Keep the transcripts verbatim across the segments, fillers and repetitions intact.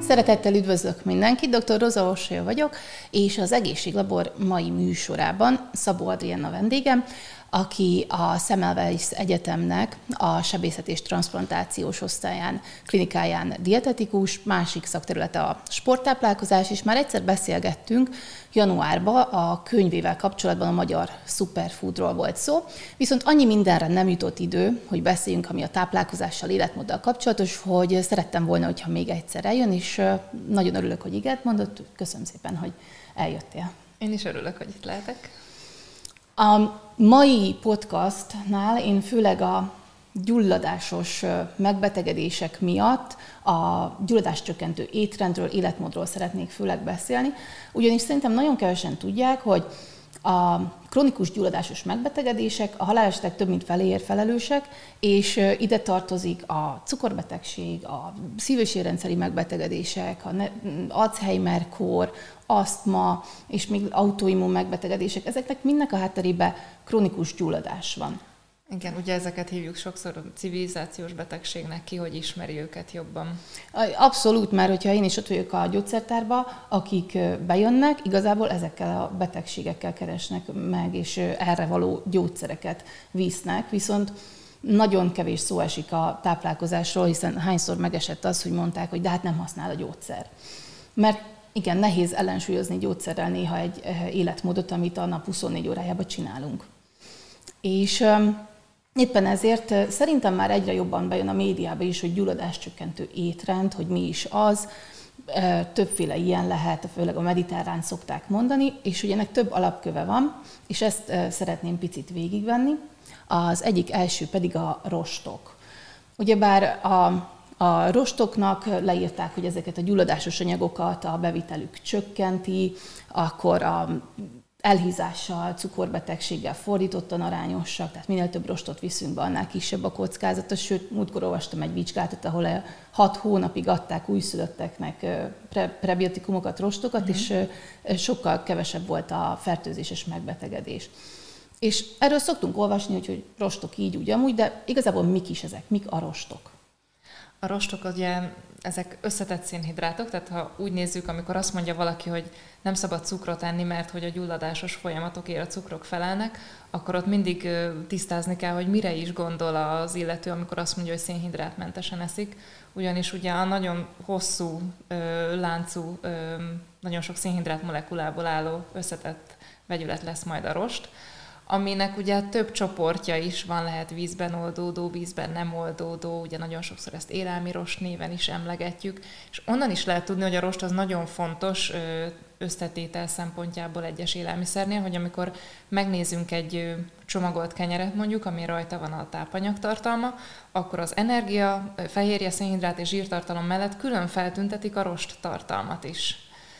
Szeretettel üdvözlök mindenkit, dr. Roza Orsolya vagyok, és az Egészséglabor mai műsorában Szabó Adrienna vendégem, aki a Semmelweis Egyetemnek a sebészet és transzplantációs osztályán, klinikáján dietetikus, másik szakterülete a sporttáplálkozás, és már egyszer beszélgettünk januárban a könyvével kapcsolatban, a Magyar Superfoodról volt szó, viszont annyi mindenre nem jutott idő, hogy beszéljünk, ami a táplálkozással, életmóddal kapcsolatos, hogy szerettem volna, hogyha még egyszer eljön, és nagyon örülök, hogy igent mondott. Köszönöm szépen, hogy eljöttél. Én is örülök, hogy itt lehetek. A mai podcastnál én főleg a gyulladásos megbetegedések miatt a gyulladáscsökkentő étrendről, életmódról szeretnék főleg beszélni, ugyanis szerintem nagyon kevesen tudják, hogy a kronikus gyulladásos megbetegedések a halálesetek több mint feléért felelősek, és ide tartozik a cukorbetegség, a szív- és érrendszeri megbetegedések, a Alzheimer-kór, asztma és még autoimmun megbetegedések. Ezeknek mindnek a hátterében kronikus gyulladás van. Igen, ugye ezeket hívjuk sokszor civilizációs betegségnek, ki hogy ismeri őket jobban. Abszolút, mert hogyha én is ott vagyok a gyógyszertárba, akik bejönnek, igazából ezekkel a betegségekkel keresnek meg, és erre való gyógyszereket visznek, viszont nagyon kevés szó esik a táplálkozásról, hiszen hányszor megesett az, hogy mondták, hogy de hát nem használ a gyógyszer. Mert igen, nehéz ellensúlyozni gyógyszerrel néha egy életmódot, amit a nap huszonnégy órájában csinálunk. És éppen ezért szerintem már egyre jobban bejön a médiába is, hogy gyulladáscsökkentő étrend, hogy mi is az. Többféle ilyen lehet, főleg a mediterrán szokták mondani, és ugye ennek több alapköve van, és ezt szeretném picit végigvenni. Az egyik első pedig a rostok. Ugyebár a A rostoknak leírták, hogy ezeket a gyulladásos anyagokat a bevitelük csökkenti, akkor a elhízással, cukorbetegséggel fordítottan arányosak, tehát minél több rostot viszünk be, annál kisebb a kockázata. Sőt, múltkor olvastam egy vizsgálatot, ahol hat hónapig adták újszülötteknek pre- prebiotikumokat, rostokat, uh-huh. és sokkal kevesebb volt a fertőzéses megbetegedés. És erről szoktunk olvasni, hogy, hogy rostok így, úgy, amúgy, de igazából mik is ezek, mik a rostok? A rostok ugye ezek összetett szénhidrátok, tehát ha úgy nézzük, amikor azt mondja valaki, hogy nem szabad cukrot enni, mert hogy a gyulladásos folyamatokért a cukrok felelnek, akkor ott mindig tisztázni kell, hogy mire is gondol az illető, amikor azt mondja, hogy szénhidrátmentesen eszik, ugyanis ugye a nagyon hosszú ö, láncú, ö, nagyon sok szénhidrát molekulából álló összetett vegyület lesz majd a rost, aminek ugye több csoportja is van, lehet vízben oldódó, vízben nem oldódó, ugye nagyon sokszor ezt élelmi rost néven is emlegetjük, és onnan is lehet tudni, hogy a rost az nagyon fontos összetétel szempontjából egyes élelmiszernél, hogy amikor megnézünk egy csomagolt kenyeret mondjuk, ami rajta van a tápanyagtartalma, akkor az energia, fehérje, szénhidrát és zsírtartalom mellett külön feltüntetik a rost tartalmat is.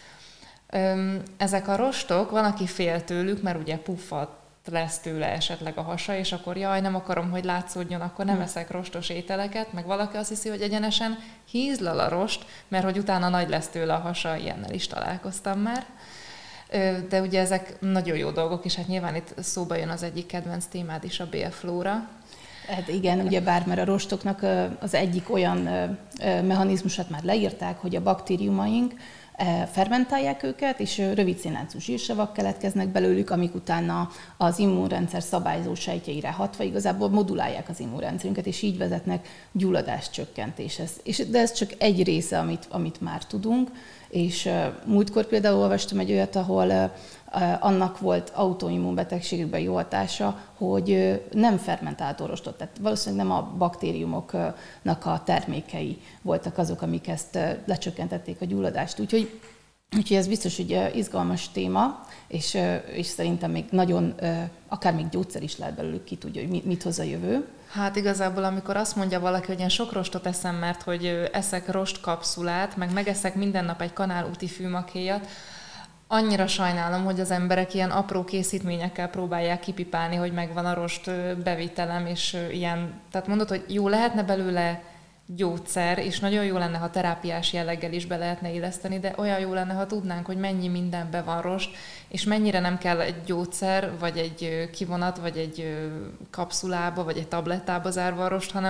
Ezek a rostok, van, aki fél tőlük, mert ugye puffat lesz tőle esetleg a hasa, és akkor jaj, nem akarom, hogy látszódjon, akkor nem eszek rostos ételeket, meg valaki azt hiszi, hogy egyenesen hízlal a rost, mert hogy utána nagy lesz tőle a hasa, ilyennel is találkoztam már. De ugye ezek nagyon jó dolgok, és hát nyilván itt szóba jön az egyik kedvenc témád is, a bélflóra. Hát igen, ugye bár mert a rostoknak az egyik olyan mechanizmusát már leírták, hogy a baktériumaink fermentálják őket, és rövid szénláncú zsírsavak keletkeznek belőlük, amik utána az immunrendszer szabályzó sejtjeire hatva igazából modulálják az immunrendszerünket, és így vezetnek gyulladáscsökkentéshez. És, de ez csak egy része, amit, amit már tudunk, és uh, múltkor például olvastam egy olyat, ahol uh, uh, annak volt autoimmunbetegségekben jó hatása, hogy uh, nem fermentálható rostot, tehát valószínűleg nem a baktériumoknak a termékei voltak azok, amik ezt uh, lecsökkentették a gyulladást. Úgyhogy, úgyhogy ez biztos, hogy uh, izgalmas téma, és, uh, és szerintem még nagyon, uh, akár még gyógyszer is lehet belőlük, ki tudja, hogy mit, mit hoz a jövő. Hát igazából, amikor azt mondja valaki, hogy én sok rostot eszem, mert hogy eszek rostkapszulát, meg megeszek minden nap egy kanál úti fűmakéjat, annyira sajnálom, hogy az emberek ilyen apró készítményekkel próbálják kipipálni, hogy megvan a rost bevitelem, és ilyen, tehát mondod, hogy jó lehetne belőle gyógyszer, és nagyon jó lenne, ha terápiás jelleggel is be lehetne illeszteni, de olyan jó lenne, ha tudnánk, hogy mennyi mindenben van rost, és mennyire nem kell egy gyógyszer, vagy egy kivonat, vagy egy kapszulába, vagy egy tablettába zárva a rost, hanem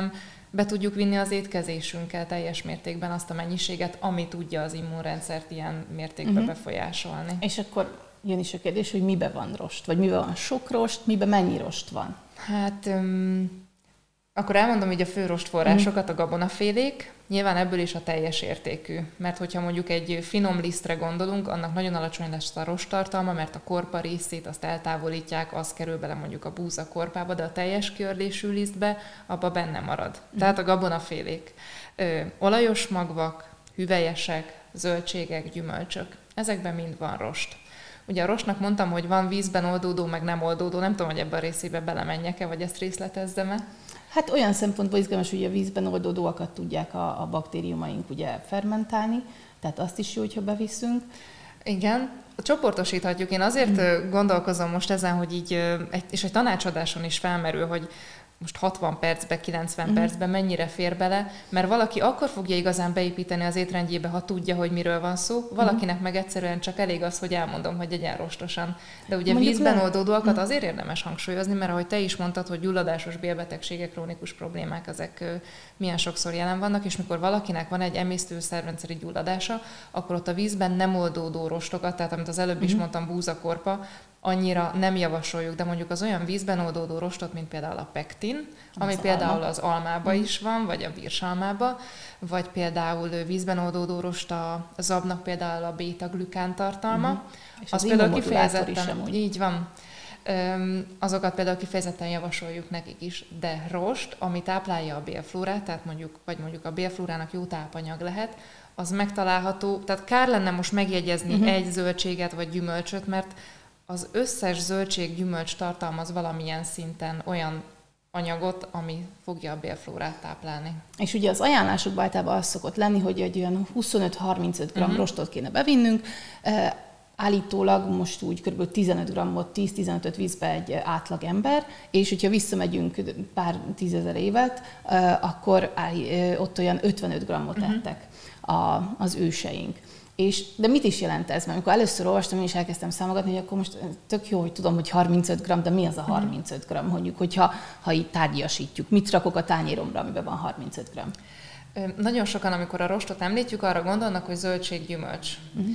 be tudjuk vinni az étkezésünkkel teljes mértékben azt a mennyiséget, ami tudja az immunrendszert ilyen mértékben uh-huh. befolyásolni. És akkor jön is a kérdés, hogy mibe van rost, vagy mibe van sok rost, mibe mennyi rost van? Hát um, akkor elmondom így a fő rostforrásokat, a gabonafélék, nyilván ebből is a teljes értékű, mert hogyha mondjuk egy finom lisztre gondolunk, annak nagyon alacsony lesz a rosttartalma, mert a korpa részét azt eltávolítják, az kerül bele mondjuk a búza korpába, de a teljes kiörlésű lisztbe abba benne marad. Mm. Tehát a gabonafélék. Ö, olajos magvak, hüvelyesek, zöldségek, gyümölcsök, ezekben mind van rost. Ugye a rostnak mondtam, hogy van vízben oldódó, meg nem oldódó, nem tudom, hogy ebben a részébe belemenjek-e, vagy ezt részletezzem-e. Hát olyan szempontból izgalmas, hogy a vízben oldódóakat tudják a, a baktériumaink ugye fermentálni, tehát azt is jó, hogyha beviszünk. Igen, csoportosíthatjuk. Én azért mm. gondolkozom most ezen, hogy így, és egy tanácsadáson is felmerül, hogy most hatvan percben, kilencven mm. percben mennyire fér bele, mert valaki akkor fogja igazán beépíteni az étrendjébe, ha tudja, hogy miről van szó, valakinek mm. meg egyszerűen csak elég az, hogy elmondom, hogy egyen rostosan. De ugye mondjuk vízben le... oldódóakat mm. azért érdemes hangsúlyozni, mert ahogy te is mondtad, hogy gyulladásos bélbetegségek, krónikus problémák, ezek milyen sokszor jelen vannak, és mikor valakinek van egy emésztőszervrendszeri gyulladása, akkor ott a vízben nem oldódó rostokat, tehát amit az előbb mm. is mondtam, búzakorpa, annyira nem javasoljuk, de mondjuk az olyan vízben oldódó rostot, mint például a pektin, ami az például alma. Az almába is van, vagy a virsalmába, vagy például vízben oldódó rost a zabnak például a béta-glükán tartalma. Uh-huh. És az, az például kifejezetten, így van, azokat például kifejezetten javasoljuk nekik is, de rost, ami táplálja a bélflórát, tehát mondjuk, vagy mondjuk a bélflórának jó tápanyag lehet, az megtalálható, tehát kár lenne most megjegyezni uh-huh. egy zöldséget vagy gyümölcsöt, mert az összes zöldség, gyümölcs tartalmaz valamilyen szinten olyan anyagot, ami fogja a bélflórát táplálni. És ugye az ajánlásokban általában az szokott lenni, hogy egy olyan huszonöt-harmincöt gramm uh-huh. rostot kéne bevinnünk. E, állítólag most úgy kb. tizenöt grammot, tíz-tizenötöt víz be egy átlag ember, és hogyha visszamegyünk pár tízezer évet, e, akkor e, ott olyan ötvenöt grammot uh-huh. ettek a, az őseink. És, de mit is jelent ez? Mert amikor először olvastam, én is elkezdtem számogatni, hogy akkor most tök jó, hogy tudom, hogy harmincöt gramm, de mi az a harmincöt gramm, mondjuk, hogyha ha így tárgyasítjuk. Mit rakok a tányéromra, amiben van harmincöt gramm? Nagyon sokan, amikor a rostot említjük, arra gondolnak, hogy zöldség, gyümölcs. Uh-huh.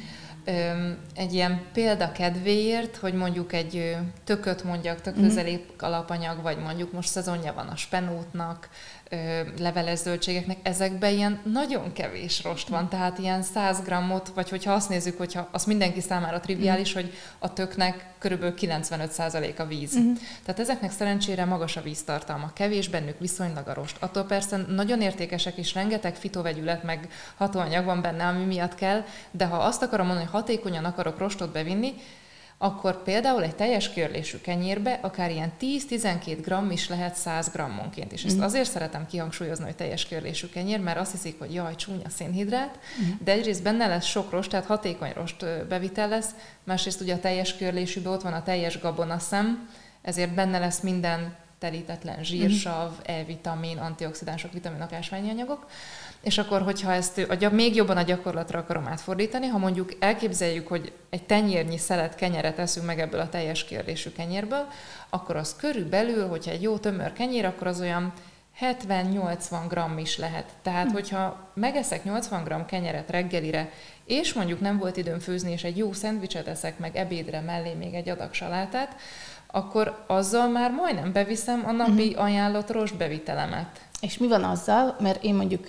Egy ilyen példa kedvéért, hogy mondjuk egy tököt mondjak, tök közelék alapanyag, vagy mondjuk most szezonja van a spenótnak, leveles zöldségeknek, ezekben ilyen nagyon kevés rost van, tehát ilyen száz grammot, vagy hogyha azt nézzük, hogyha az mindenki számára triviális, mm. hogy a töknek körülbelül kilencvenöt százalék a víz. Mm. Tehát ezeknek szerencsére magas a víztartalma, kevés bennük viszonylag a rost. Attól persze nagyon értékesek, és rengeteg fitovegyület, meg hatóanyag van benne, ami miatt kell, de ha azt akarom mondani, hogy hatékonyan akarok rostot bevinni, akkor például egy teljes kiörlésű kenyérbe akár ilyen tíz-tizenkét gramm is lehet száz grammonként. És ezt azért szeretem kihangsúlyozni, hogy teljes kiörlésű kenyér, mert azt hiszik, hogy jaj, csúnya szénhidrát, mm. de egyrészt benne lesz sok rost, tehát hatékony rost bevitel lesz, másrészt ugye a teljes kiörlésűben ott van a teljes gabonaszem, ezért benne lesz minden telítetlen zsírsav, E-vitamin, antioxidánsok, vitaminok, ásványi anyagok. És akkor, hogyha ezt a, még jobban a gyakorlatra akarom átfordítani, ha mondjuk elképzeljük, hogy egy tenyérnyi szelet kenyeret eszünk meg ebből a teljes kiörlésű kenyérből, akkor az körülbelül, hogyha egy jó tömör kenyér, akkor az olyan hetven-nyolcvan gramm is lehet. Tehát, hogyha megeszek nyolcvan gramm kenyeret reggelire, és mondjuk nem volt időm főzni, és egy jó szendvicset eszek meg ebédre mellé még egy adag salátát, akkor azzal már majdnem beviszem a napi uh-huh. ajánlott rostbevitelemet. És mi van azzal, mert én mondjuk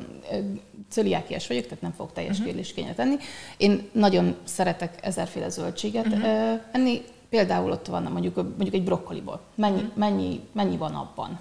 cöliákiás vagyok, tehát nem fogok teljes uh-huh. kiörlésű kenyeret enni. Én nagyon szeretek ezerféle zöldséget uh-huh. enni. Például ott van mondjuk, mondjuk egy brokkoliból. Mennyi, uh-huh. mennyi, mennyi van abban?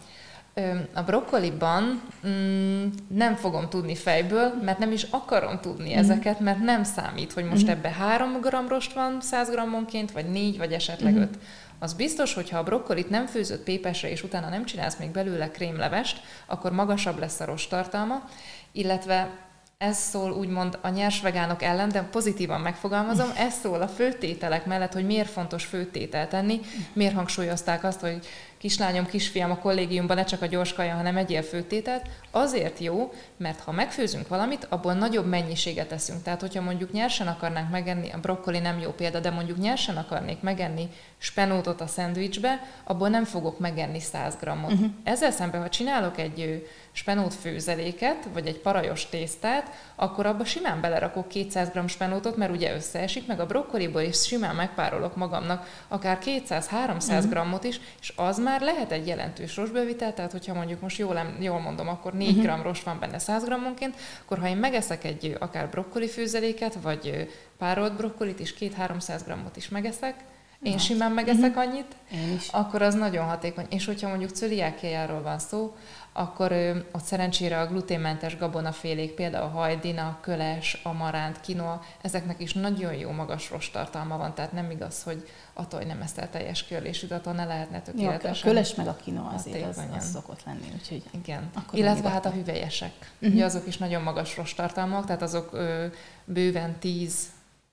A brokkoliban mm, nem fogom tudni fejből, mert nem is akarom tudni uh-huh. ezeket, mert nem számít, hogy most uh-huh. ebbe három gramm rost van száz grammonként, vagy négy, vagy esetleg öt. Uh-huh. Az biztos, hogy ha a brokkolit nem főzött pépesre, és utána nem csinálsz még belőle krémlevest, akkor magasabb lesz a rosttartalma, illetve ez szól úgymond a nyers vegánok ellen, de pozitívan megfogalmazom, ez szól a főtételek mellett, hogy miért fontos főtételt enni, miért hangsúlyozták azt, hogy kislányom, kisfiam a kollégiumban ne csak a gyors kaja, hanem egyél főtételt, azért jó, mert ha megfőzünk valamit, abból nagyobb mennyiséget teszünk. Tehát, hogyha mondjuk nyersen akarnánk megenni, a brokkoli nem jó példa, de mondjuk nyersen akarnék megenni spenótot a szendvicsbe, abból nem fogok megenni száz grammot. Uh-huh. Ezzel szemben, ha csinálok egy spenót főzeléket, vagy egy parajos tésztát, akkor abba simán belerakok kétszáz gramm spenótot, mert ugye összeesik, meg a brokkoliból is simán megpárolok magamnak akár kétszáz-háromszáz grammot is, és az már lehet egy jelentős rostbevitel, tehát hogyha mondjuk most jól, jól mondom, akkor négy uh-huh. gramm rost van benne száz grammonként, akkor ha én megeszek egy akár brokkoli főzeléket, vagy párolt brokkolit is, két-háromszáz grammot is megeszek, én simán megeszek annyit, akkor az nagyon hatékony. És hogyha mondjuk cöliákiáról van szó, akkor ö, ott szerencsére a gluténmentes gabonafélék, például a hajdina, köles, amaránt, kinoa, ezeknek is nagyon jó magas rosttartalma van, tehát nem igaz, hogy attól, hogy nem eszel teljes körlésű, attól ne lehetne tökéletesen. Ja, a köles meg a kinoa azért az, az szokott lenni. Úgyhogy igen. Illetve hát a hüvelyesek. Uh-huh. Ugye azok is nagyon magas rosttartalmak, tehát azok ö, bőven tíz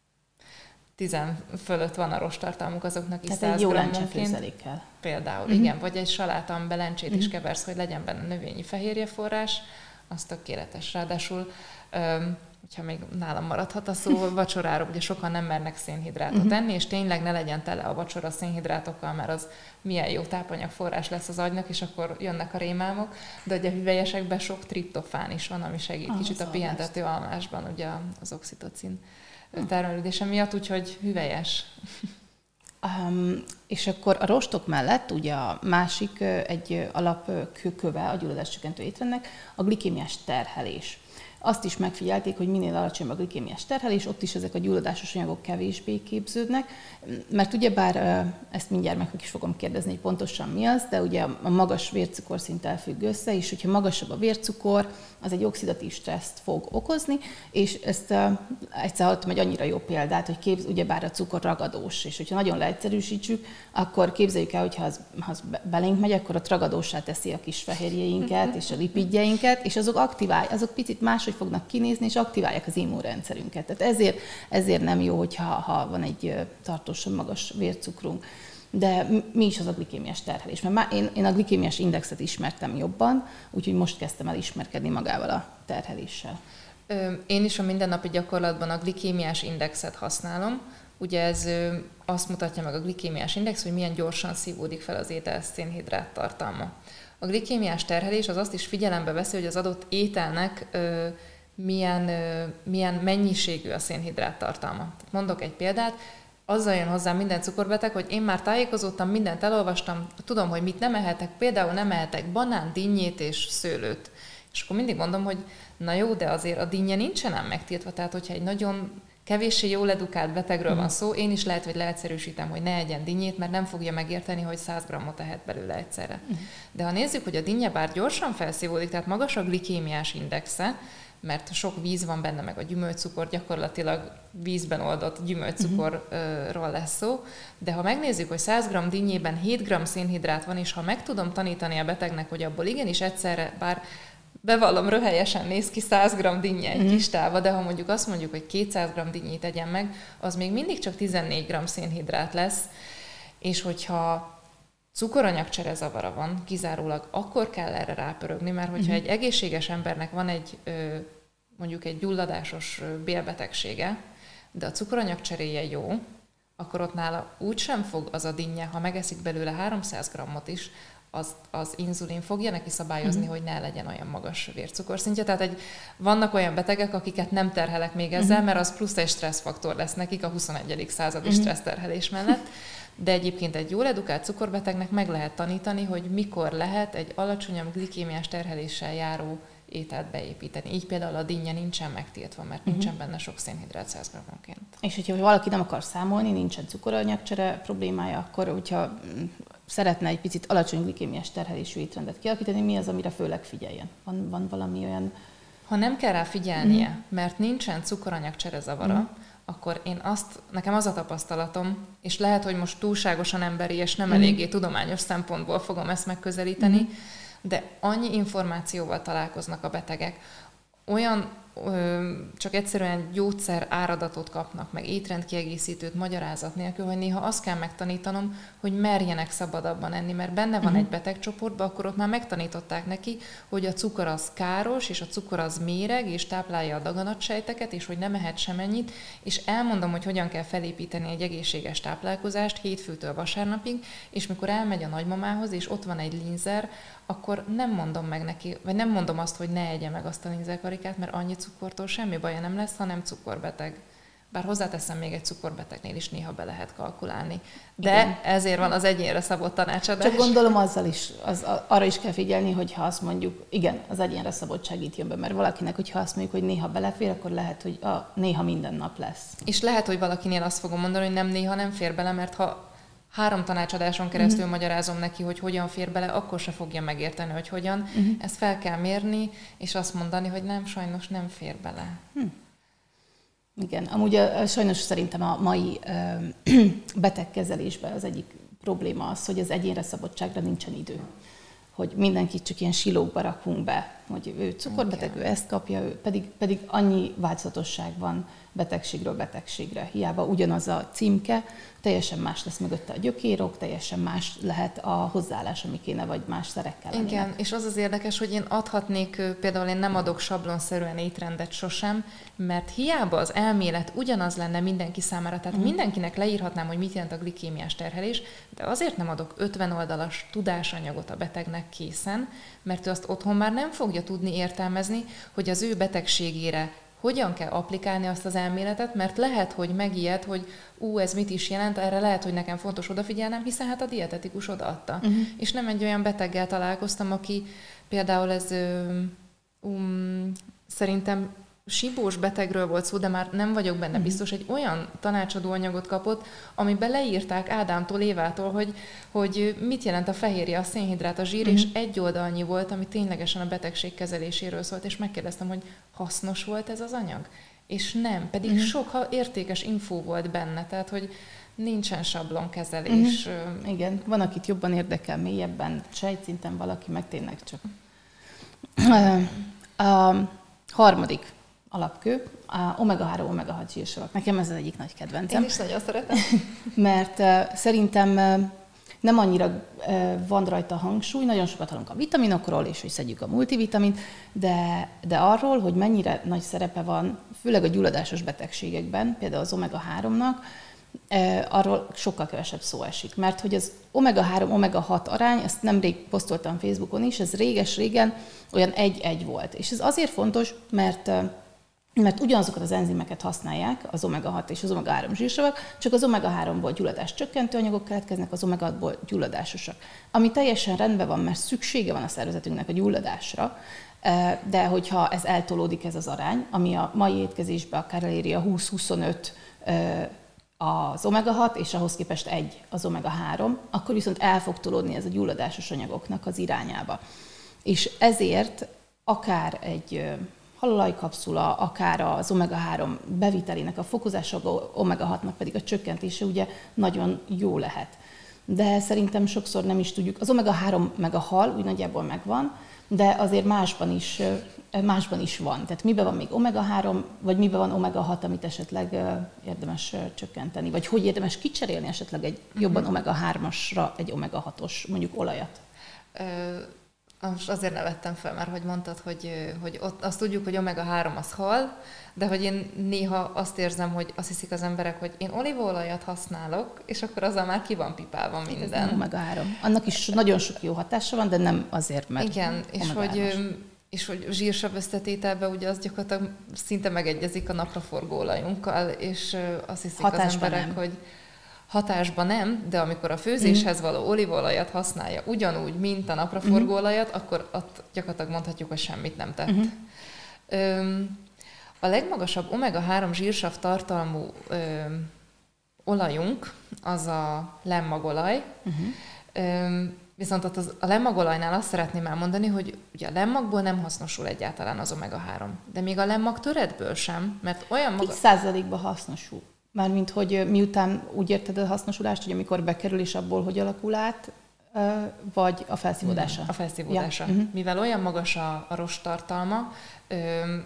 tizen fölött van a rosttartalmuk, azoknak is száz grammonként. Például, uh-huh. igen, vagy egy saláta, amiben lencsét uh-huh. is keversz, hogy legyen benne növényi fehérjeforrás, az tökéletes. Ráadásul, öm, hogyha még nálam maradhat a szó, vacsorára ugye sokan nem mernek szénhidrátot uh-huh. enni, és tényleg ne legyen tele a vacsora szénhidrátokkal, mert az milyen jó tápanyagforrás lesz az agynak, és akkor jönnek a rémálmok, de ugye a hüvelyesekben sok triptofán is van, ami segít ah, kicsit a pihentető almásban, ugye az oxitocin termelődése miatt, úgyhogy hüvelyes. Um, és akkor a rostok mellett ugye a másik egy alapköve a gyulladáscsökkentő étrendnek a glikémiás terhelés. Azt is megfigyelték, hogy minél alacsonyabb a glikémiás terhelés, ott is ezek a gyulladásos anyagok kevésbé képződnek, mert ugyebár ezt mindjárt meg is fogom kérdezni, hogy pontosan mi az, de ugye a magas vércukorszinttel függ össze, és hogyha magasabb a vércukor, az egy oxidatív stresszt fog okozni, és ezt uh, egyszer hallottam egy annyira jó példát, hogy képz, ugyebár a cukor ragadós, és hogyha nagyon leegyszerűsítsük, akkor képzeljük el, hogy ha az, ha az belénk megy, akkor a ragadóssá teszi a kis fehérjeinket és a lipidjeinket, és azok aktiválják, azok picit máshogy fognak kinézni, és aktiválják az immunrendszerünket. Tehát ezért, ezért nem jó, hogyha ha van egy tartósan magas vércukrunk. De mi is az a glikémiás terhelés? Mert már én, én a glikémiás indexet ismertem jobban, úgyhogy most kezdtem el ismerkedni magával a terheléssel. Én is a mindennapi gyakorlatban a glikémiás indexet használom. Ugye ez azt mutatja meg a glikémiás index, hogy milyen gyorsan szívódik fel az étel szénhidrát tartalma. A glikémiás terhelés az azt is figyelembe veszi, hogy az adott ételnek ö, milyen, ö, milyen mennyiségű a szénhidrát tartalma. Mondok egy példát, azzal jön hozzám minden cukorbeteg, hogy én már tájékozottam, mindent elolvastam, tudom, hogy mit nem ehetek, például nem ehetek banán, dinnyét és szőlőt. És akkor mindig mondom, hogy na jó, de azért a dinnye nincsen ám megtiltva, tehát hogyha egy nagyon kevéssé jól edukált betegről van szó, én is lehet, hogy leegyszerűsítem, hogy ne egyen dinnyét, mert nem fogja megérteni, hogy száz grammot ehet belőle egyszerre. De ha nézzük, hogy a dinnye bár gyorsan felszívódik, tehát magas a glikémiás indexe, mert sok víz van benne, meg a gyümölcscukor, gyakorlatilag vízben oldott gyümölcscukorról lesz szó, de ha megnézzük, hogy száz gramm dinnyében hét gramm szénhidrát van, és ha meg tudom tanítani a betegnek, hogy abból igenis egyszerre, bár bevallom, röhelyesen néz ki száz gramm dinnye egy mm. kis tálba, de ha mondjuk azt mondjuk, hogy kétszáz gramm dinnyét tegyen meg, az még mindig csak tizennégy gramm szénhidrát lesz, és hogyha cukoranyagcsere zavara van, kizárólag akkor kell erre rápörögni, mert hogyha mm. egy egészséges embernek van egy mondjuk egy gyulladásos bélbetegsége, de a cukoranyagcseréje jó, akkor ott nála úgysem fog az a dinnye, ha megeszik belőle háromszáz grammot is, az, az inzulin fogja neki szabályozni, uh-huh. hogy ne legyen olyan magas vércukorszintje. Tehát egy, vannak olyan betegek, akiket nem terhelek még ezzel, uh-huh. mert az plusz egy stresszfaktor lesz nekik a huszonegyedik századi uh-huh. stresszterhelés mellett. De egyébként egy jól edukált cukorbetegnek meg lehet tanítani, hogy mikor lehet egy alacsonyabb glikémiás terheléssel járó ételt beépíteni. Így például a dinnye nincsen megtiltva, mert uh-huh. nincsen benne sok szénhidrát száz grammonként. És hogyha valaki nem akar számolni, nincsen cukoranyagcsere problémája, akkor hogyha szeretne egy picit alacsony glikémiás terhelésű étrendet kialakítani, mi az, amire főleg figyeljen? Van, van valami olyan... Ha nem kell rá figyelnie, uh-huh. mert nincsen cukoranyagcsere zavara, uh-huh. akkor én azt, nekem az a tapasztalatom, és lehet, hogy most túlságosan emberi, és nem uh-huh. eléggé tudományos szempontból fogom ezt megközelíteni, uh-huh. de annyi információval találkoznak a betegek, olyan csak egyszerűen gyógyszer áradatot kapnak, meg étrendkiegészítőt magyarázat nélkül, hogy néha azt kell megtanítanom, hogy merjenek szabadabban enni, mert benne van uh-huh. egy betegcsoportban, akkor ott már megtanították neki, hogy a cukor az káros, és a cukor az méreg, és táplálja a daganatsejteket, és hogy nem ehet semennyit, és elmondom, hogy hogyan kell felépíteni egy egészséges táplálkozást hétfőtől vasárnapig, és mikor elmegy a nagymamához, és ott van egy linzer, akkor nem mondom meg neki, vagy nem mondom azt, hogy ne egye meg azt a linzerkarikát, mert annyi cukortól semmi baja nem lesz, hanem cukorbeteg. Bár hozzáteszem, még egy cukorbetegnél is néha be lehet kalkulálni. De igen. Ezért van az egyénre szabott tanácsadás. Csak gondolom azzal is, az, arra is kell figyelni, hogy ha azt mondjuk, igen, az egyénre szabottság itt jön be, mert valakinek, hogyha azt mondjuk, hogy néha belefér, akkor lehet, hogy a, néha minden nap lesz. És lehet, hogy valakinél azt fogom mondani, hogy nem néha nem fér bele, mert ha három tanácsadáson keresztül mm. magyarázom neki, hogy hogyan fér bele, akkor se fogja megérteni, hogy hogyan. Mm. Ezt fel kell mérni, és azt mondani, hogy nem, sajnos nem fér bele. Hm. Igen, amúgy a, sajnos szerintem a mai ö, betegkezelésben az egyik probléma az, hogy az egyénre szabadságra nincsen idő. Hogy mindenkit csak ilyen silókba rakunk be, hogy ő cukorbeteg, okay. ő ezt kapja, ő pedig, pedig annyi változatosság van betegségről betegségre. Hiába ugyanaz a címke, teljesen más lesz mögötte a gyökérok, teljesen más lehet a hozzáállás, ami kéne, vagy más szerekkel lennének. Igen, és az az érdekes, hogy én adhatnék, például én nem adok sablonszerűen étrendet sosem, mert hiába az elmélet ugyanaz lenne mindenki számára, tehát mm. mindenkinek leírhatnám, hogy mit jelent a glikémiás terhelés, de azért nem adok ötven oldalas tudásanyagot a betegnek készen, mert ő azt otthon már nem fogja tudni értelmezni, hogy az ő betegségére hogyan kell applikálni azt az elméletet, mert lehet, hogy megijed, hogy ú, ez mit is jelent, erre lehet, hogy nekem fontos odafigyelnem, hiszen hát a dietetikus odaadta. Uh-huh. És nem egy olyan beteggel találkoztam, aki például ez um, szerintem sibós betegről volt szó, de már nem vagyok benne uh-huh. biztos, egy olyan tanácsadó anyagot kapott, amiben leírták Ádámtól, Évától, hogy, hogy mit jelent a fehérje, a szénhidrát, a zsír, uh-huh. és egy oldalnyi volt, ami ténylegesen a betegség kezeléséről szólt, és megkérdeztem, hogy hasznos volt ez az anyag? És nem, pedig uh-huh. sok értékes infó volt benne, tehát, hogy nincsen sablonkezelés. Uh-huh. Igen, van, akit jobban érdekel, mélyebben, sejtszinten valaki, meg tényleg csak. A harmadik alapkő, a omega három, omega hat zsírsav. Nekem ez az egyik nagy kedvencem. Én is nagyon szeretem. Mert uh, szerintem uh, nem annyira uh, van rajta hangsúly, nagyon sokat hallunk a vitaminokról, és hogy szedjük a multivitamint, de, de arról, hogy mennyire nagy szerepe van, főleg a gyulladásos betegségekben, például az omega háromnak, uh, arról sokkal kevesebb szó esik. Mert hogy az omega három, omega hat arány, ezt nemrég posztoltam Facebookon is, ez réges-régen olyan egy-egy volt. És ez azért fontos, mert uh, mert ugyanazokat az enzimeket használják, az omega hat és az omega három zsírsavak, csak az omega háromból gyulladás csökkentő anyagok keletkeznek, az omega hatból gyulladásosak. Ami teljesen rendben van, mert szüksége van a szervezetünknek a gyulladásra, de hogyha ez eltolódik, ez az arány, ami a mai étkezésben akár eléri a húsz-huszonöt az omega hat, és ahhoz képest egy az omega három, akkor viszont el fog tolódni ez a gyulladásos anyagoknak az irányába. És ezért akár egy halolajkapszula, akár az omega három bevitelének a fokozása, omega hatnak pedig a csökkentése ugye nagyon jó lehet. De szerintem sokszor nem is tudjuk. Az omega három meg a hal úgy nagyjából megvan, de azért másban is, másban is van. Tehát miben van még omega három, vagy miben van omega hat, amit esetleg érdemes csökkenteni, vagy hogy érdemes kicserélni esetleg egy jobban omega hármasra egy omega hatos mondjuk olajat? Most azért nevettem fel, mert hogy mondtad, hogy, hogy ott azt tudjuk, hogy omega három az hal, de hogy én néha azt érzem, hogy azt hiszik az emberek, hogy én olívaolajat használok, és akkor azzal már ki van pipálva minden. Ez nem omega három. Annak is nagyon sok jó hatása van, de nem azért, mert igen, és hogy, és hogy zsírsav összetételben ugye az gyakorlatilag szinte megegyezik a napraforgó olajunkkal, és azt hiszik hatásban az emberek, nem. hogy hatásban nem, de amikor a főzéshez való olívaolajat használja ugyanúgy, mint a napraforgóolajat, akkor ott gyakorlatilag mondhatjuk, hogy semmit nem tett. Uh-huh. Öm, a legmagasabb omega három zsírsav tartalmú öm, olajunk az a lemmagolaj. Uh-huh. Öm, viszont ott az, a lemmagolajnál azt szeretném elmondani, hogy ugye a lemmagból nem hasznosul egyáltalán az omega három, de még a lemmag töredből sem, mert olyan maga... tíz százalékban hasznosul. Mármint, hogy miután úgy érted a hasznosulást, hogy amikor bekerül, és abból hogy alakul át, vagy a felszívódása? A felszívódása. Ja. Uh-huh. Mivel olyan magas a, a rosttartalma, ö,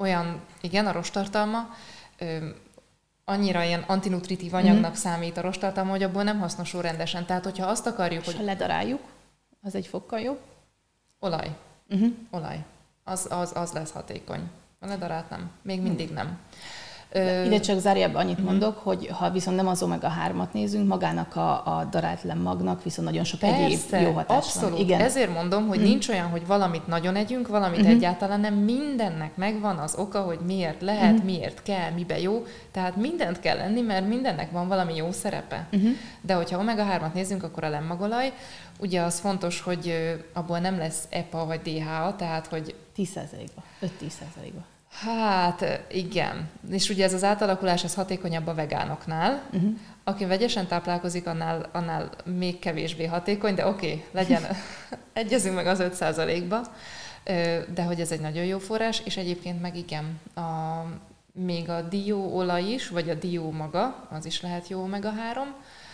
olyan, igen, a rosttartalma, annyira ilyen antinutritív anyagnak mm. számít a rosttartalma, hogy abból nem hasznosul rendesen. Tehát, hogyha azt akarjuk, és hogy... ha ledaráljuk, az egy fokkal jobb? Olaj. Uh-huh. Olaj. Az, az, az lesz hatékony. A ledarált nem. Még mindig nem. De ide csak zárójelben annyit uh-huh. mondok, hogy ha viszont nem az omega hármat nézünk, magának a, a darált magnak viszont nagyon sok Persze, egyéb jó hatás abszolút. van. Igen. Ezért mondom, hogy uh-huh. nincs olyan, hogy valamit nagyon együnk, valamit uh-huh. egyáltalán nem. Mindennek megvan az oka, hogy miért lehet, uh-huh. miért kell, mibe jó. Tehát mindent kell lenni, mert mindennek van valami jó szerepe. Uh-huh. De hogyha omega hármat nézzünk, akkor a lemmagolaj. Ugye az fontos, hogy abból nem lesz E P A vagy D H A, tehát hogy... tíz százalékba, öt-tíz százalékba. Hát igen, és ugye ez az átalakulás ez hatékonyabb a vegánoknál. Uh-huh. Aki vegyesen táplálkozik, annál, annál még kevésbé hatékony, de oké, okay, legyen, egyezünk meg az öt százalékba, de hogy ez egy nagyon jó forrás, és egyébként meg igen, a, még a dióolaj is, vagy a dió maga, az is lehet jó omega három.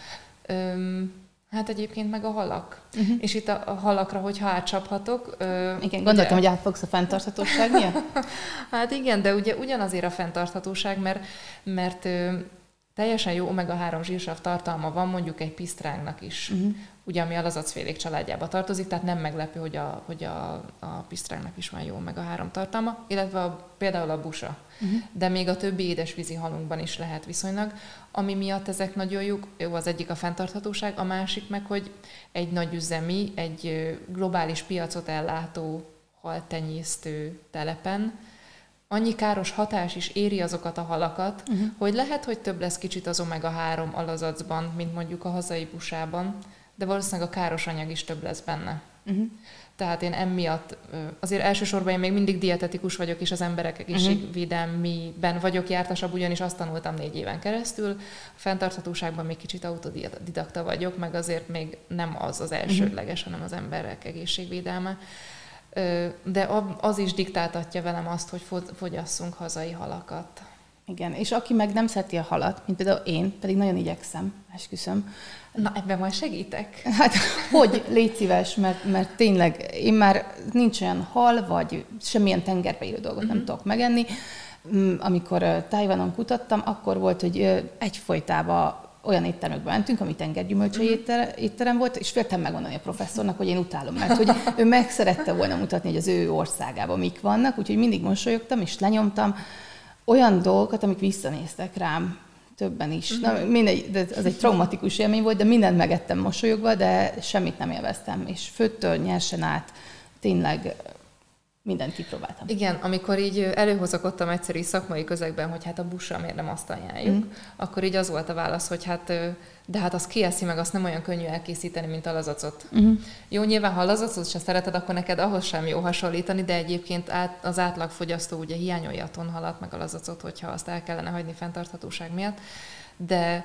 Hát egyébként meg a halak. Uh-huh. És itt a, a halakra, hogyha átcsaphatok... Ö, igen, gondoltam, ugye... hogy átfogsz a fenntarthatóság miatt? Hát igen, de ugye ugyanazért a fenntarthatóság, mert, mert ö, teljesen jó omega három zsírsav tartalma van mondjuk egy pisztrángnak is, uh-huh. ugye ami a lazacfélék családjába tartozik, tehát nem meglepő, hogy a, hogy a, a pisztrángnak is van jó omega három tartalma, illetve a, például a busa. Uh-huh. De még a többi édesvízi halunkban is lehet viszonylag, ami miatt ezek nagyon jók, jó, az egyik a fenntarthatóság, a másik meg, hogy egy nagyüzemi, egy globális piacot ellátó haltenyésztő telepen annyi káros hatás is éri azokat a halakat, uh-huh. hogy lehet, hogy több lesz kicsit az omega három alazacban, mint mondjuk a hazai busában, de valószínűleg a káros anyag is több lesz benne. Uh-huh. Tehát én emiatt, azért elsősorban én még mindig dietetikus vagyok, és az emberek egészségvédelmiben vagyok jártasabb, ugyanis azt tanultam négy éven keresztül. A fenntarthatóságban még kicsit autodidakta vagyok, meg azért még nem az az elsődleges, hanem az emberek egészségvédelme. De az is diktáltatja velem azt, hogy fogyasszunk hazai halakat. Igen, és aki meg nem szereti a halat, mint például én, pedig nagyon igyekszem, esküszöm. Na, ebben majd segítek. Hát, hogy légy szíves, mert, mert tényleg én már nincs olyan hal, vagy semmilyen tengerbe élő dolgot mm-hmm. nem tudok megenni. Amikor Tajvanon kutattam, akkor volt, hogy egyfolytában olyan éttermekbe mentünk, ami tengergyümölcsei mm. étterem volt, és féltem megmondani a professzornak, hogy én utálom, mert hogy ő meg szerette volna mutatni, hogy az ő országában mik vannak, úgyhogy mindig mosolyogtam, és lenyomtam olyan dolgokat, amik visszanéztek rám, többen is. Mm. Na, mindegy, de az egy traumatikus élmény volt, de mindent megettem mosolyogva, de semmit nem élveztem, és főttől nyersen át tényleg mindent kipróbáltam. Igen, amikor így előhozakodtam egyszerű szakmai közegben, hogy hát a busa miért nem azt ajánljuk, mm. akkor így az volt a válasz, hogy hát, de hát azt kieszi meg, azt nem olyan könnyű elkészíteni, mint a lazacot. Mm. Jó, nyilván, ha a lazacot sem szereted, akkor neked ahhoz sem jó hasonlítani, de egyébként át, az átlagfogyasztó ugye hiányolja a tonhalat, meg a lazacot, hogyha azt el kellene hagyni fenntarthatóság miatt. De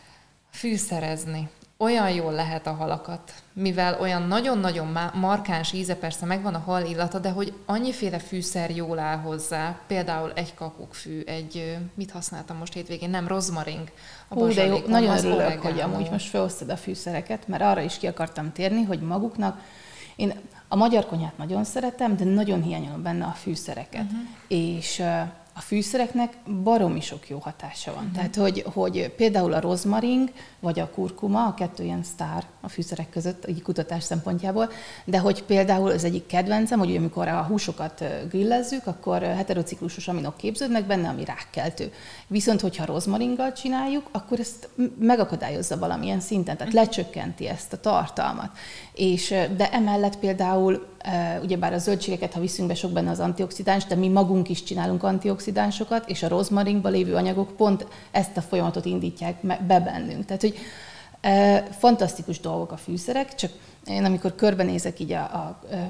fűszerezni olyan jól lehet a halakat, mivel olyan nagyon-nagyon markáns íze, persze megvan a hal illata, de hogy annyiféle fűszer jól áll hozzá, például egy kakukkfű, egy, mit használtam most hétvégén, nem, rozmaring. Hú, de jó, nagyon örülök, oregano. Hogy amúgy most felhoztad a fűszereket, mert arra is ki akartam térni, hogy maguknak, én a magyar konyhát nagyon szeretem, de nagyon hiányolom benne a fűszereket. Uh-huh. És a fűszereknek baromi sok jó hatása van. Uh-huh. Tehát, hogy, hogy például a rozmaring, vagy a kurkuma, a kettő ilyen sztár a fűszerek között, egy kutatás szempontjából, de hogy például az egyik kedvencem, hogy amikor a húsokat grillezzük, akkor heterociklusos aminok képződnek benne, ami rákkeltő. Viszont, hogyha rozmaringgal csináljuk, akkor ezt megakadályozza valamilyen szinten, tehát lecsökkenti ezt a tartalmat. És, de emellett például, ugyebár a zöldségeket, ha viszünk be, sok benne az antioxidáns, de mi magunk is csinálunk antioxidánsokat, és a rozmaringban lévő anyagok pont ezt a folyamatot indítják be bennünk. Tehát, hogy e, fantasztikus dolgok a fűszerek, csak én amikor körbenézek így a, a, a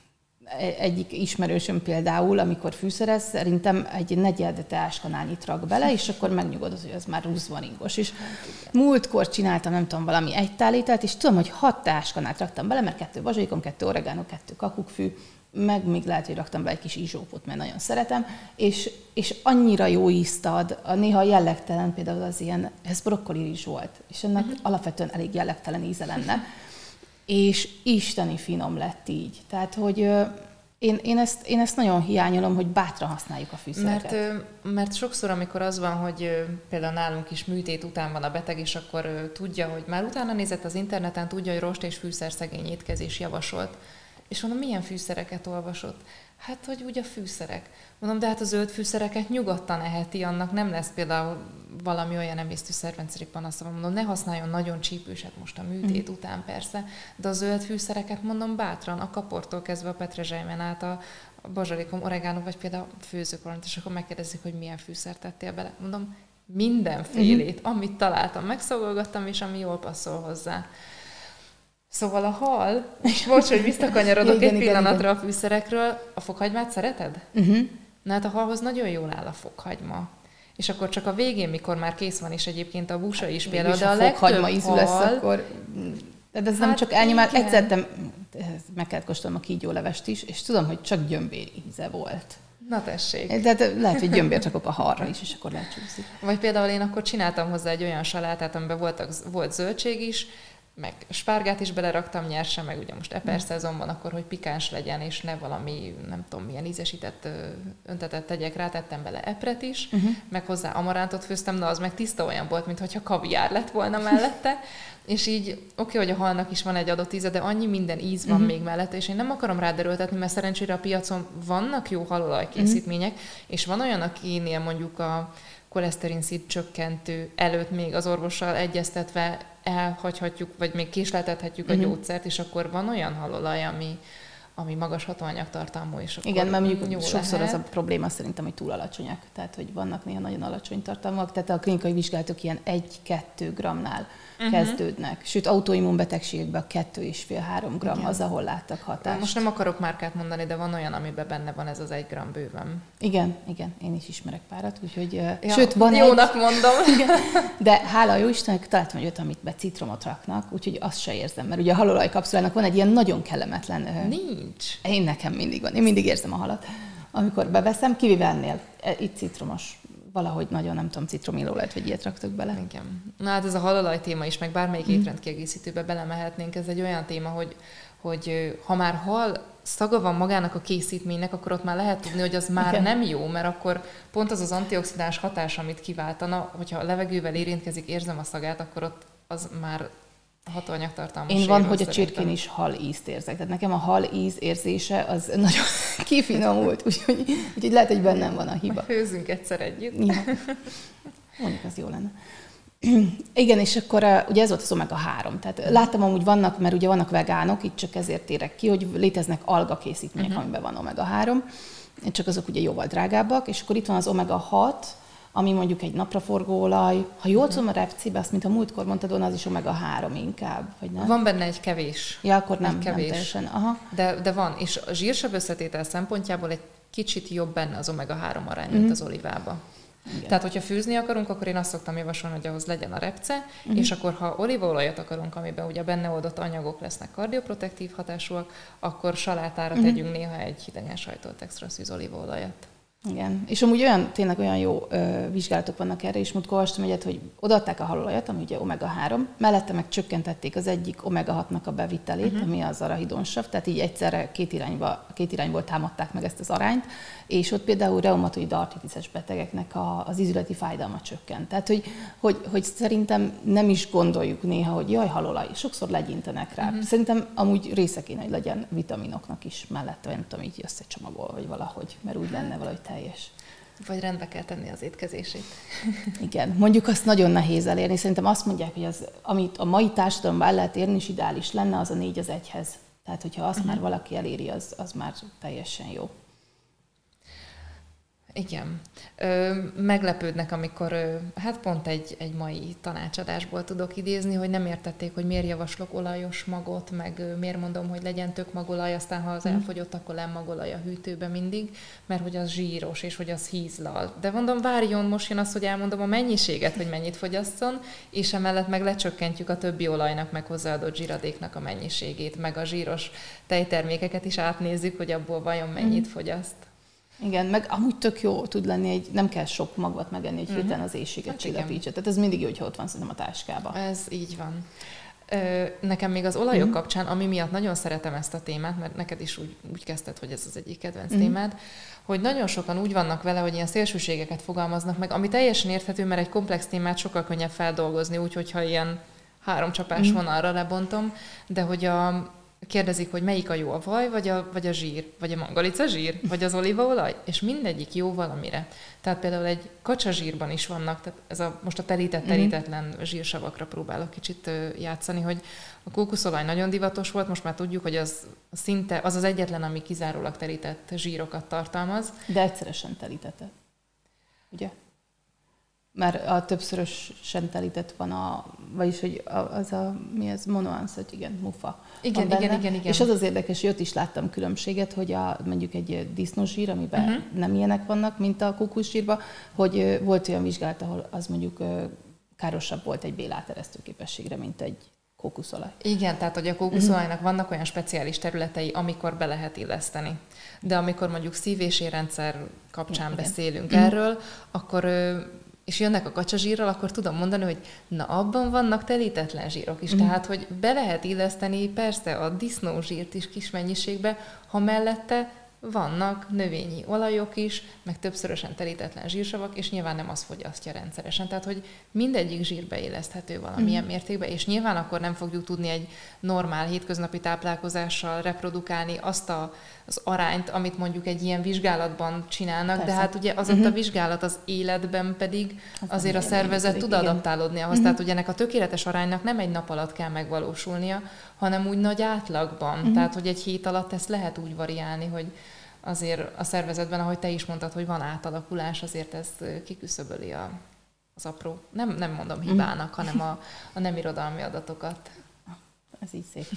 egyik ismerősöm például, amikor fűszerez, szerintem egy negyed teáskanálnyit rak bele, és akkor megnyugodott, hogy az már rozmaringos. És múltkor csináltam, nem tudom, valami egy tálételt, és tudom, hogy hat teáskanált raktam bele, mert kettő bazsalikom, kettő oregano, kettő kakukkfű, meg még lehet, hogy raktam be egy kis izsópot, mert nagyon szeretem, és, és annyira jó ízt ad, a néha jellegtelen, például az ilyen, ez brokkoli rizs volt, és ennek uh-huh. alapvetően elég jellegtelen íze lenne, és isteni finom lett így. Tehát, hogy Én, én, ezt, én ezt nagyon hiányolom, hogy bátran használjuk a fűszereket. Mert, mert sokszor, amikor az van, hogy például nálunk is műtét után van a beteg, és akkor tudja, hogy már utána nézett az interneten, tudja, hogy rost és fűszerszegény étkezés javasolt. És mondom, milyen fűszereket olvasott? Hát, hogy úgy a fűszerek. Mondom, de hát a zöld fűszereket nyugodtan eheti, annak nem lesz például valami olyan emésztőszervrendszeri panasza. Mondom, ne használjon nagyon csípőset most a műtét mm. után persze, de a zöld fűszereket mondom bátran, a kaportól kezdve a petrezselymen át, a bazsalikom, oregano, vagy például főzőkoront, és akkor megkérdezik, hogy milyen fűszert tettél bele. Mondom, mindenfélét, mm. amit találtam, megszagolgattam, és ami jól passzol hozzá. Szóval a hal, és bocs, hogy visszakanyarodok igen, egy igen, pillanatra igen. a fűszerekről, a fokhagymát szereted? Uh-huh. Na hát a halhoz nagyon jól áll a fokhagyma. És akkor csak a végén, mikor már kész van, és egyébként a busa is hát, például, de a, a legtöbb ízű hal... lesz, akkor... De ez hát nem csak elnyomál, egyszer meg kellett kóstolnom a kígyólevest is, és tudom, hogy csak gyömbér íze volt. Na tessék. De lehet, hogy gyömbért rakok a halra is, és akkor lecsúszik. Vagy például én akkor csináltam hozzá egy olyan salátát, amiben voltak, volt zöldség is, meg spárgát is beleraktam nyersen, meg ugye most eperszezon van, akkor hogy pikáns legyen, és ne valami, nem tudom, milyen ízesített öntetet tegyek rá, tettem bele epret is, uh-huh. meg hozzá amarántot főztem, de az meg tiszta olyan volt, mintha kaviár lett volna mellette, és így oké, okay, hogy a halnak is van egy adott íze, de annyi minden íz van uh-huh. még mellette, és én nem akarom ráderőltetni, mert szerencsére a piacon vannak jó halolajkészítmények, uh-huh. és van olyan, akinél mondjuk a koleszterinszint csökkentő előtt még az orvossal egyeztetve elhagyhatjuk, vagy még késleltethetjük uh-huh. a gyógyszert, és akkor van olyan halolaj, ami, ami magas hatóanyagtartalmú, és akkor igen, mert mondjuk sokszor lehet. Az a probléma szerintem, hogy túl alacsonyak, tehát hogy vannak néha nagyon alacsony tartalmak, tehát a klinikai vizsgálatok ilyen egy-kettő grammnál uh-huh. kezdődnek, sőt autoimmunbetegségekben a kettő és fél három gramm igen. az, ahol láttak hatást. Most nem akarok márkát mondani, de van olyan, amiben benne van ez az egy gramm bőven. Igen, igen, én is ismerek párat, úgyhogy, ja, sőt van jónak egy... mondom. Igen, de hála jó Istennek találtam egy olyat, amit be citromot raknak, úgyhogy azt se érzem, mert ugye a halolaj kapszulának van egy ilyen nagyon kellemetlen... Nincs. Én nekem mindig van, én mindig érzem a halat. Amikor beveszem, kivéve ennél, itt citromos, valahogy nagyon, nem tudom, citromillólet, vagy ilyet raktok bele. Igen. Na hát ez a halolaj téma is, meg bármelyik mm. étrendkiegészítőbe belemehetnénk, ez egy olyan téma, hogy, hogy ha már hal szaga van magának a készítménynek, akkor ott már lehet tudni, hogy az már igen. nem jó, mert akkor pont az az antioxidáns hatás, amit kiváltana, hogyha a levegővel érintkezik, érzem a szagát, akkor ott az már hatóanyagtartalmas. Én van, hogy a csirkén is hal ízt érzek. Tehát nekem a hal íz érzése az nagyon kifinomult, úgyhogy, úgyhogy lehet, hogy bennem van a hiba. Majd főzünk egyszer együtt. Ja. Mondjuk, az jó lenne. Igen, és akkor ugye ez volt az omega három. Tehát láttam, amúgy vannak, mert ugye vannak vegánok, itt csak ezért térek ki, hogy léteznek algakészítmények, uh-huh. amiben van omega három, csak azok ugye jóval drágábbak, és akkor itt van az omega hat, ami mondjuk egy napraforgóolaj. Ha jól tudom, a repcibe, azt, mint a múltkor mondtad volna, az is omega három inkább, vagy nem? Van benne egy kevés. Ja, akkor nem, kevés. nem teljesen. Aha. De, de van, és a zsírsav összetétel szempontjából egy kicsit jobb benne az omega három arány, mint mm. az olivába. Igen. Tehát, hogyha fűzni akarunk, akkor én azt szoktam javasolni, hogy ahhoz legyen a repce, uh-huh. és akkor, ha olívaolajat akarunk, amiben ugye benne oldott anyagok lesznek kardioprotektív hatásúak, akkor salátára uh-huh. tegyünk néha egy hidegen sajtolt extra szűz olívaolajat. Igen, és amúgy olyan, tényleg olyan jó ö, vizsgálatok vannak erre, és múltkor olvastam egyet, hogy odaadták a halolajat, ami ugye omega három, mellette meg csökkentették az egyik omega hatnak a bevitelét, uh-huh. ami az arahidonsav, tehát így egyszerre két, irányba, két irányból támadták meg ezt az arányt, és ott például reumatoid artritises betegeknek a, az izületi fájdalma csökkent. Tehát, hogy, hogy, hogy szerintem nem is gondoljuk néha, hogy jaj, halolaj, sokszor legyintenek rá. Uh-huh. Szerintem amúgy része kéne, hogy legyen vitaminoknak is mellette, vagy nem tudom, így összecsomagol, vagy valahogy, mert úgy lenne valahogy teljes. Vagy rendbe kell tenni az étkezését. Igen, mondjuk azt nagyon nehéz elérni. Szerintem azt mondják, hogy az, amit a mai társadalomban el lehet érni, és ideális lenne, az a négy az egyhez. Tehát, hogyha azt uh-huh. már valaki eléri, az, az már teljesen jó. Igen. Ö, meglepődnek, amikor ö, hát pont egy, egy mai tanácsadásból tudok idézni, hogy nem értették, hogy miért javaslok olajos magot, meg ö, miért mondom, hogy legyen tök magolaj, aztán ha az elfogyott, akkor lemagolaj a hűtőbe mindig, mert hogy az zsíros, és hogy az hízlal. De mondom, várjon, most jön az, hogy elmondom a mennyiséget, hogy mennyit fogyasszon, és emellett meg lecsökkentjük a többi olajnak, meg hozzáadott zsíradéknak a mennyiségét, meg a zsíros tejtermékeket is átnézzük, hogy abból vajon mennyit fogyaszt. Igen, meg amúgy tök jó tud lenni, egy, nem kell sok magvat megenni, egy uh-huh. hirtelen az éjséget hát csillapítsa. Tehát ez mindig jó, hogyha ott van szerintem a táskába. Ez így van. Nekem még az olajok mm. kapcsán, ami miatt nagyon szeretem ezt a témát, mert neked is úgy, úgy kezdted, hogy ez az egyik kedvenc mm. témád, hogy nagyon sokan úgy vannak vele, hogy ilyen szélsőségeket fogalmaznak meg, ami teljesen érthető, mert egy komplex témát sokkal könnyebb feldolgozni, úgyhogy ha ilyen három csapás mm. vonalra lebontom, de hogy a kérdezik, hogy melyik a jó, a vaj, vagy a, vagy a zsír, vagy a mangalica zsír, vagy az olívaolaj, és mindegyik jó valamire. Tehát például egy kacsazsírban is vannak, tehát ez a, most a terített, terítetlen zsírsavakra próbálok kicsit játszani, hogy a kókuszolaj nagyon divatos volt, most már tudjuk, hogy az szinte, az az egyetlen, ami kizárólag terített zsírokat tartalmaz. De egyszeresen terítette, ugye? Mert a többszörösen telített van a, vagyis, hogy az a, mi ez, monounszat, igen, mufa. Igen, igen, igen, igen. És az az érdekes, hogy ott is láttam különbséget, hogy a, mondjuk egy disznózsír, amiben uh-huh. nem ilyenek vannak, mint a kókuszsírban, hogy volt olyan vizsgálat, ahol az mondjuk károsabb volt egy béláteresztő képességre, mint egy kókuszolaj. Igen, tehát hogy a kókuszolajnak vannak olyan speciális területei, amikor be lehet illeszteni. De amikor mondjuk szív- és érrendszer kapcsán igen, beszélünk igen. erről, akkor és jönnek a kacsazsírral, akkor tudom mondani, hogy na abban vannak telítetlen zsírok is. Mm. Tehát, hogy be lehet illeszteni persze a disznózsírt is kis mennyiségbe, ha mellette vannak növényi olajok is, meg többszörösen telítetlen zsírsavak, és nyilván nem az fogyasztja rendszeresen. Tehát, hogy mindegyik zsír beilleszthető valamilyen mm. mértékben, és nyilván akkor nem fogjuk tudni egy normál hétköznapi táplálkozással reprodukálni azt a, az arányt, amit mondjuk egy ilyen vizsgálatban csinálnak, persze. de hát ugye az mm-hmm. ott a vizsgálat az életben pedig az azért a szervezet pedig, tud igen. adaptálódni ahhoz. Mm-hmm. Tehát ugye ennek a tökéletes aránynak nem egy nap alatt kell megvalósulnia, hanem úgy nagy átlagban. Mm-hmm. Tehát, hogy egy hét alatt ezt lehet úgy variálni, hogy azért a szervezetben, ahogy te is mondtad, hogy van átalakulás, azért ez kiküszöböli a, az apró, nem, nem mondom hibának, mm. hanem a, a nem irodalmi adatokat. Ez így szép.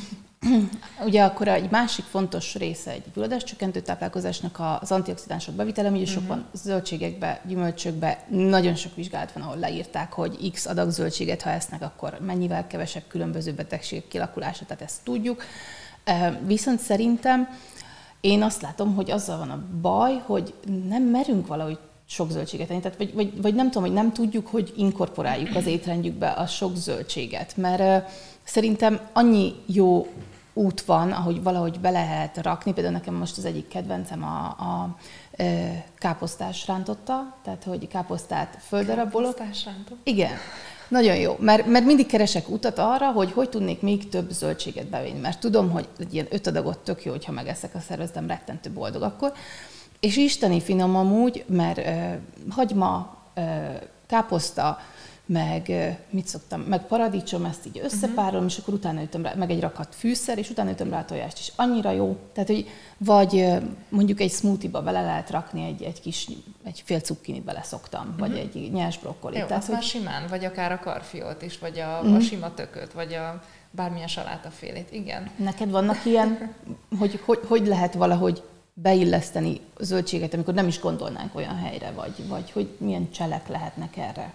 Ugye akkor egy másik fontos része egy gyulladáscsökkentő táplálkozásnak az antioxidánsok bevitele, ugye sok van zöldségekbe, gyümölcsökbe, nagyon sok vizsgálat van, ahol leírták, hogy X adag zöldséget, ha esznek, akkor mennyivel kevesebb különböző betegség kialakulása, tehát ezt tudjuk. Viszont szerintem én azt látom, hogy azzal van a baj, hogy nem merünk valahogy sok zöldséget enni, tehát vagy, vagy, vagy nem tudom, hogy nem tudjuk, hogy inkorporáljuk az étrendjükbe a sok zöldséget, mert uh, szerintem annyi jó út van, ahogy valahogy be lehet rakni, például nekem most az egyik kedvencem a, a uh, káposztás rántotta, tehát hogy káposztát földarabolok. Káposztás rántott? Igen. Nagyon jó, mert, mert mindig keresek utat arra, hogy hogy tudnék még több zöldséget bevenni, mert tudom, hogy egy ilyen öt adagot tök jó, hogyha megeszek a szervezetem, rettentő boldog akkor. És isteni finom amúgy, mert uh, hagyma, uh, káposzta, meg uh, mit szoktam, meg paradicsom, ezt így összepárolom, uh-huh. és akkor utána ütöm rá, meg egy rakat fűszer, és utána ütöm rá a tojást is. Annyira jó. Tehát, hogy vagy uh, mondjuk egy smoothie-ba bele lehet rakni egy, egy kis, egy fél cukkinit beleszoktam, uh-huh. vagy egy nyers brokkolit. Jó, tehát, az hogy... már simán, vagy akár a karfiót is, vagy a, uh-huh. a sima tököt, vagy a bármilyen salátafélét. Igen. Neked vannak ilyen, hogy, hogy hogy lehet valahogy beilleszteni zöldséget, amikor nem is gondolnánk olyan helyre, vagy, vagy hogy milyen cselek lehetnek erre?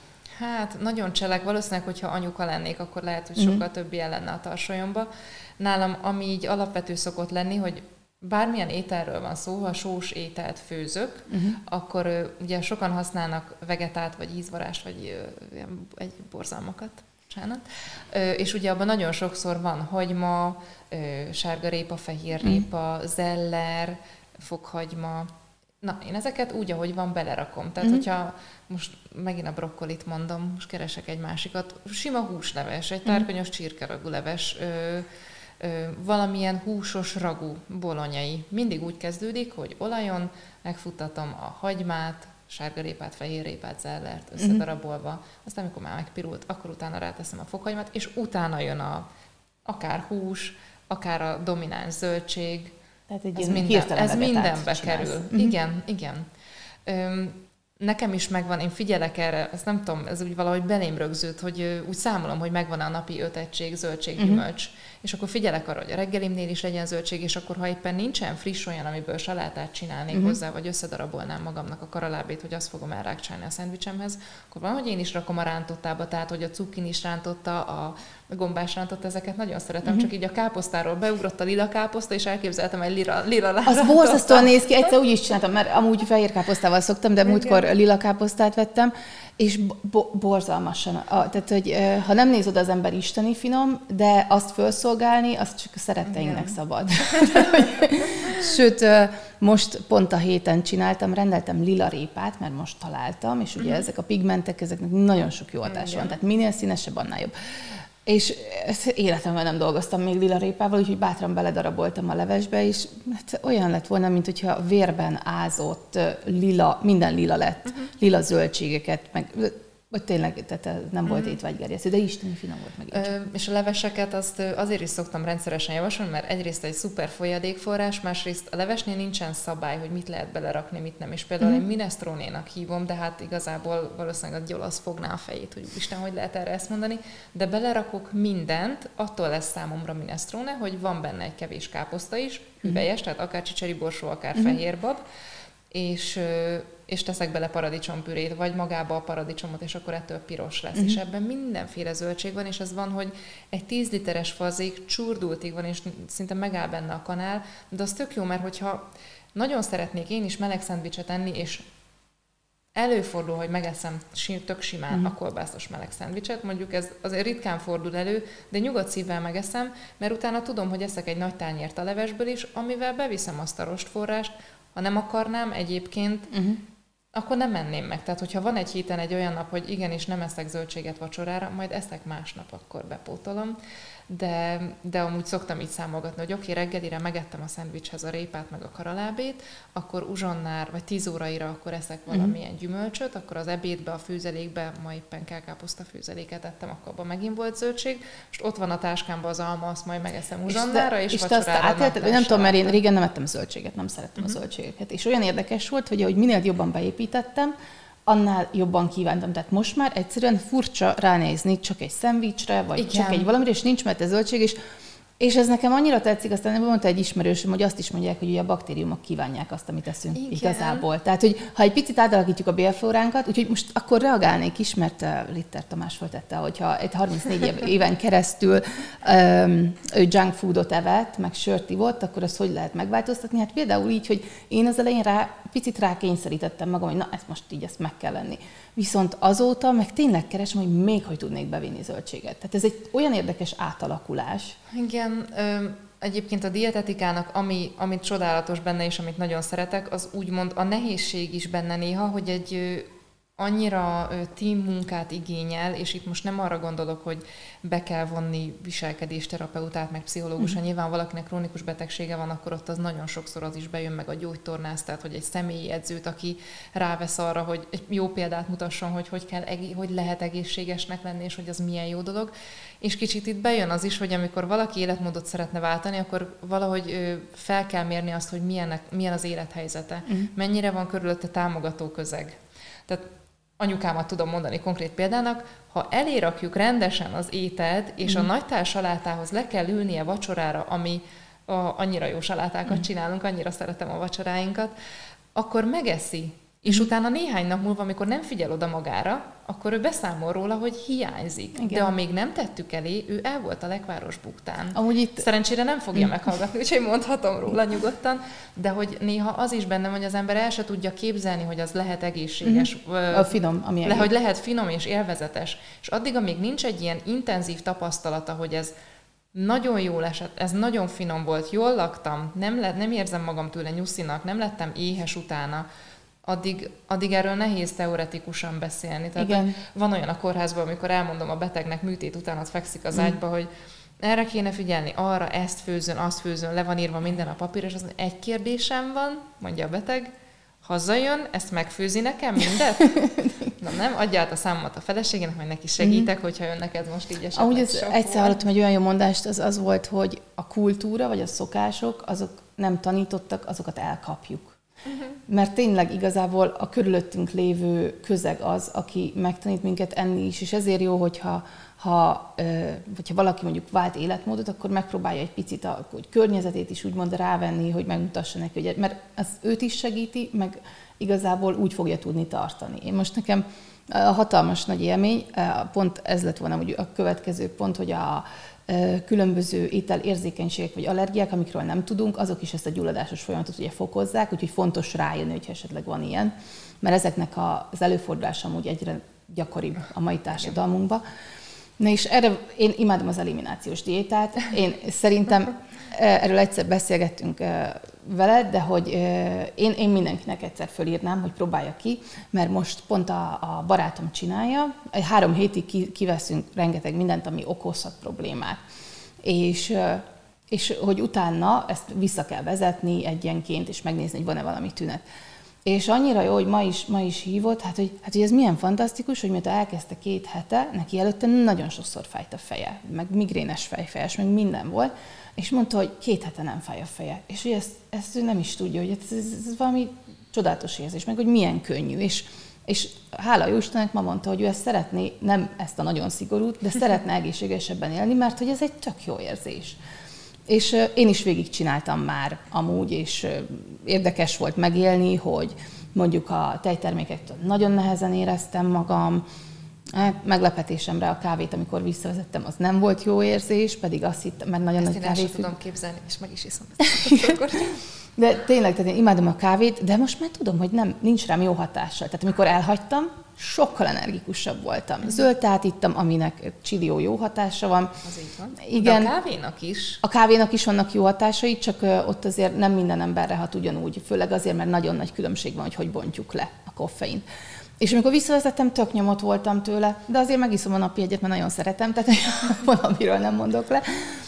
Hát nagyon cselek. Valószínűleg, hogyha anyuka lennék, akkor lehet, hogy sokkal mm. több ilyen lenne a tarsolyomba. Nálam, ami így alapvető szokott lenni, hogy bármilyen ételről van szó, ha sós ételt főzök, uh-huh. akkor ugye sokan használnak vegetált, vagy ízvarást, vagy egy borzalmakat. Bocsánat. És ugye abban nagyon sokszor van hagyma, sárgarépa, fehérrépa, zeller, fokhagyma. Na, én ezeket úgy, ahogy van, belerakom. Tehát, uh-huh. hogyha most megint a brokkolit mondom, most keresek egy másikat, sima húsleves, egy tárkonyos csirkeragú leves, ö, ö, valamilyen húsos ragú bolonyai. Mindig úgy kezdődik, hogy olajon megfuttatom a hagymát, sárgarépát, fehérrépát, zellert összedarabolva, aztán amikor már megpirult, akkor utána ráteszem a fokhagymát, és utána jön a, akár hús, akár a domináns zöldség. Tehát egy ez minden, ez mindenbe kerül. Uh-huh. Igen, igen. Öm, nekem is megvan, én figyelek erre, ezt nem tudom, ez úgy valahogy belém rögzült, hogy úgy számolom, hogy megvan a napi öt egység zöldség, uh-huh. gyümölcs, és akkor figyelek arra, hogy a reggelimnél is legyen zöldség, és akkor ha éppen nincsen friss olyan, amiből salátát csinálnék uh-huh. hozzá, vagy összedarabolnám magamnak a karalábét, hogy azt fogom elrákcsálni a szendvicsemhez, akkor van, hogy én is rakom a rántottába, tehát hogy a cukkin is rántotta, a a gombásrántot, ezeket nagyon szeretem, uh-huh. csak így a káposztáról beugrott a lila káposzta, és elképzeltem egy lila, lila Az borzasztóan néz ki, egyszer úgy is csináltam, mert amúgy fehér káposztával szoktam, de múltkor lila káposztát vettem, és bo- borzalmasan. A, tehát, hogy ha nem néz oda az ember isteni finom, de azt felszolgálni, azt csak a szeretteinknek szabad. Sőt, most pont a héten csináltam, rendeltem lila répát, mert most találtam, és ugye uh-huh. ezek a pigmentek, ezeknek nagyon sok jó hatás van, tehát minél színesebb, annál jobb. És életemben nem dolgoztam még lila répával, úgyhogy bátran beledaraboltam a levesbe, és hát olyan lett volna, mint hogyha vérben ázott lila, minden lila lett, uh-huh. lila zöldségeket, meg vagy tényleg, tehát nem volt mm. étvágygerjesztő, de isteni finom volt meg. Ö, és a leveseket azt azért is szoktam rendszeresen javasolni, mert egyrészt egy szuper folyadékforrás, másrészt a levesnél nincsen szabály, hogy mit lehet belerakni, mit nem. És például mm. én minestronénak hívom, de hát igazából valószínűleg egy olasz fogná a fejét, hogy Isten, hogy lehet erre ezt mondani, de belerakok mindent, attól lesz számomra minestrone, hogy van benne egy kevés káposzta is, hüvelyes, mm. tehát akár csicseri borsó, akár mm. fehérbab, és és teszek bele paradicsompürét, vagy magába a paradicsomot, és akkor ettől piros lesz. Uh-huh. És ebben mindenféle zöldség van, és ez van, hogy egy tíz literes fazék csurdultig van, és szinte megáll benne a kanál, de az tök jó, mert hogyha nagyon szeretnék én is meleg szendvicset enni, és előfordul, hogy megeszem tök simán uh-huh. a kolbászos meleg szendvicset, mondjuk ez azért ritkán fordul elő, de nyugodt szívvel megeszem, mert utána tudom, hogy eszek egy nagy tányért a levesből is, amivel beviszem azt a rostforrást, ha nem akarnám egyébként, uh-huh. akkor nem menném meg. Tehát, hogyha van egy héten egy olyan nap, hogy igenis nem eszek zöldséget vacsorára, majd eszek másnap, akkor bepótolom. De, de amúgy szoktam így számolgatni, hogy oké, okay, reggelire megettem a szendvicshez a répát, meg a karalábét, akkor uzsonnár, vagy tíz óraira akkor eszek valamilyen uh-huh. gyümölcsöt, akkor az ebédbe, a főzelékbe, ma éppen kelkáposzta főzeléket ettem, akkor abban megint volt zöldség, és ott van a táskámban az alma, azt majd megeszem uzsonnára, és, és vacsorára. És nem tudom, mert én régen nem ettem zöldséget, nem szerettem uh-huh. a zöldségeket. És olyan érdekes volt, hogy ahogy minél jobban beépítettem, annál jobban kívántam. Tehát most már egyszerűen furcsa ránézni csak egy szendvicsre, vagy igen. csak egy valamire, és nincs mellette zöldség, és, és ez nekem annyira tetszik, aztán mondta egy ismerősöm, hogy azt is mondják, hogy a baktériumok kívánják azt, amit eszünk igen. igazából. Tehát, hogy ha egy picit átalakítjuk a bélflóránkat, úgyhogy most akkor reagálnék is, mert Ritter Tamás föltette, hogyha egy harmincnégy éven keresztül um, ő junk foodot evett, meg sört ivott, akkor azt hogy lehet megváltoztatni? Hát például így, hogy én az elején rá, picit rákényszerítettem magam, hogy na, ezt most így ezt meg kell lenni. Viszont azóta meg tényleg keresem, hogy még hogy tudnék bevinni zöldséget. Tehát ez egy olyan érdekes átalakulás. Igen, ö, egyébként a dietetikának, ami, amit csodálatos benne, és amit nagyon szeretek, az úgymond a nehézség is benne néha, hogy egy ö, annyira ö, team munkát igényel, és itt most nem arra gondolok, hogy be kell vonni viselkedésterapeutát, meg pszichológusra. Mm. Nyilván valakinek krónikus betegsége van, akkor ott az nagyon sokszor az is bejön, meg a gyógytornász, tehát hogy egy személyi edzőt, aki rávesz arra, hogy egy jó példát mutasson, hogy hogy, kell, hogy lehet egészségesnek lenni, és hogy az milyen jó dolog. És kicsit itt bejön az is, hogy amikor valaki életmódot szeretne váltani, akkor valahogy fel kell mérni azt, hogy milyenek, milyen az élethelyzete, mm. mennyire van körülötte támogató közeg. Tehát anyukámat tudom mondani konkrét példának, ha elé rakjuk rendesen az ételt, és mm. a nagytál salátához le kell ülnie vacsorára, ami a, annyira jó salátákat mm. csinálunk, annyira szeretem a vacsoráinkat, akkor megeszi. És mm. utána néhány nap múlva, amikor nem figyel oda magára, akkor ő beszámol róla, hogy hiányzik. Igen. De amíg nem tettük elé, ő el volt a lekváros buktán. Amúgy itt... Szerencsére nem fogja mm. meghallgatni, úgyhogy mondhatom róla nyugodtan, de hogy néha az is bennem, hogy az ember el se tudja képzelni, hogy az lehet egészséges. Mm. A finom, ami le, hogy lehet finom és élvezetes. És addig, amíg nincs egy ilyen intenzív tapasztalata, hogy ez nagyon jól esett, ez nagyon finom volt, jól laktam, nem, le, nem érzem magam tőle nyuszinak, nem lettem éhes utána, Addig, addig erről nehéz teoretikusan beszélni. Tehát igen. Van olyan a kórházban, amikor elmondom a betegnek műtét után, ott fekszik az ágyba, mm. hogy erre kéne figyelni, arra, ezt főzön, azt főzön, le van írva minden a papír, és az egy kérdésem van, mondja a beteg, hazajön, ezt megfőzi nekem mindet? Na nem, adja át a számomat a feleségének, majd neki segítek, mm. hogyha ön neked most így esetleg. Ahogy ez egyszer hallottam egy olyan jó mondást, az az volt, hogy a kultúra, vagy a szokások, azok nem tanítottak, azokat elkapjuk. Uh-huh. Mert tényleg igazából a körülöttünk lévő közeg az, aki megtanít minket enni is, és ezért jó, hogyha ha, hogyha valaki mondjuk vált életmódot, akkor megpróbálja egy picit a hogy környezetét is úgymond rávenni, hogy megmutassa neki, hogy, mert ez őt is segíti, meg igazából úgy fogja tudni tartani. Én most nekem a hatalmas nagy élmény, pont ez lett volna a következő pont, hogy a különböző ételérzékenységek vagy allergiák, amikről nem tudunk, azok is ezt a gyulladásos folyamatot ugye fokozzák, úgyhogy fontos rájönni, hogyha esetleg van ilyen, mert ezeknek az előfordulása amúgy egyre gyakoribb a mai társadalmunkban. Na és erre én imádom az eliminációs diétát. Én szerintem erről egyszer beszélgettünk veled, de hogy én, én mindenkinek egyszer fölírnám, hogy próbálja ki, mert most pont a, a barátom csinálja, három hétig kiveszünk rengeteg mindent, ami okozhat problémát. És, és hogy utána ezt vissza kell vezetni egyenként, és megnézni, hogy van-e valami tünet. És annyira jó, hogy ma is, ma is hívott, hát hogy, hát hogy ez milyen fantasztikus, hogy mióta elkezdte két hete, neki előtte nagyon sokszor fájt a feje, meg migrénes fejfejes, meg minden volt, és mondta, hogy két hete nem fáj a feje. És hogy ezt, ezt ő nem is tudja, hogy ez, ez, ez valami csodálatos érzés, meg hogy milyen könnyű. És, és hála jó Istennek ma mondta, hogy ő ezt szeretné, nem ezt a nagyon szigorút, de szeretne egészségesebben élni, mert hogy ez egy tök jó érzés. És én is végigcsináltam már amúgy, és érdekes volt megélni, hogy mondjuk a tejtermékektől nagyon nehezen éreztem magam. Hát meglepetésemre a kávét, amikor visszavezettem, az nem volt jó érzés, pedig azt hittem, mert nagyon ezt nagy kávé. Ezt én tudom képzelni, és meg is iszom. De tényleg, tehát én imádom a kávét, de most már tudom, hogy nem, nincs rám jó hatással. Tehát amikor elhagytam, sokkal energikusabb voltam. Zöld teát ittam, aminek csillió jó hatása van. Az így van. Igen, de a kávénak is? A kávénak is vannak jó hatásai, csak ott azért nem minden emberre hat ugyanúgy, főleg azért, mert nagyon nagy különbség van, hogy hogy bontjuk le a koffeint. És amikor visszavezettem, tök nyomott voltam tőle, de azért megiszom a napi egyet, mert nagyon szeretem, tehát valamiről nem mondok le.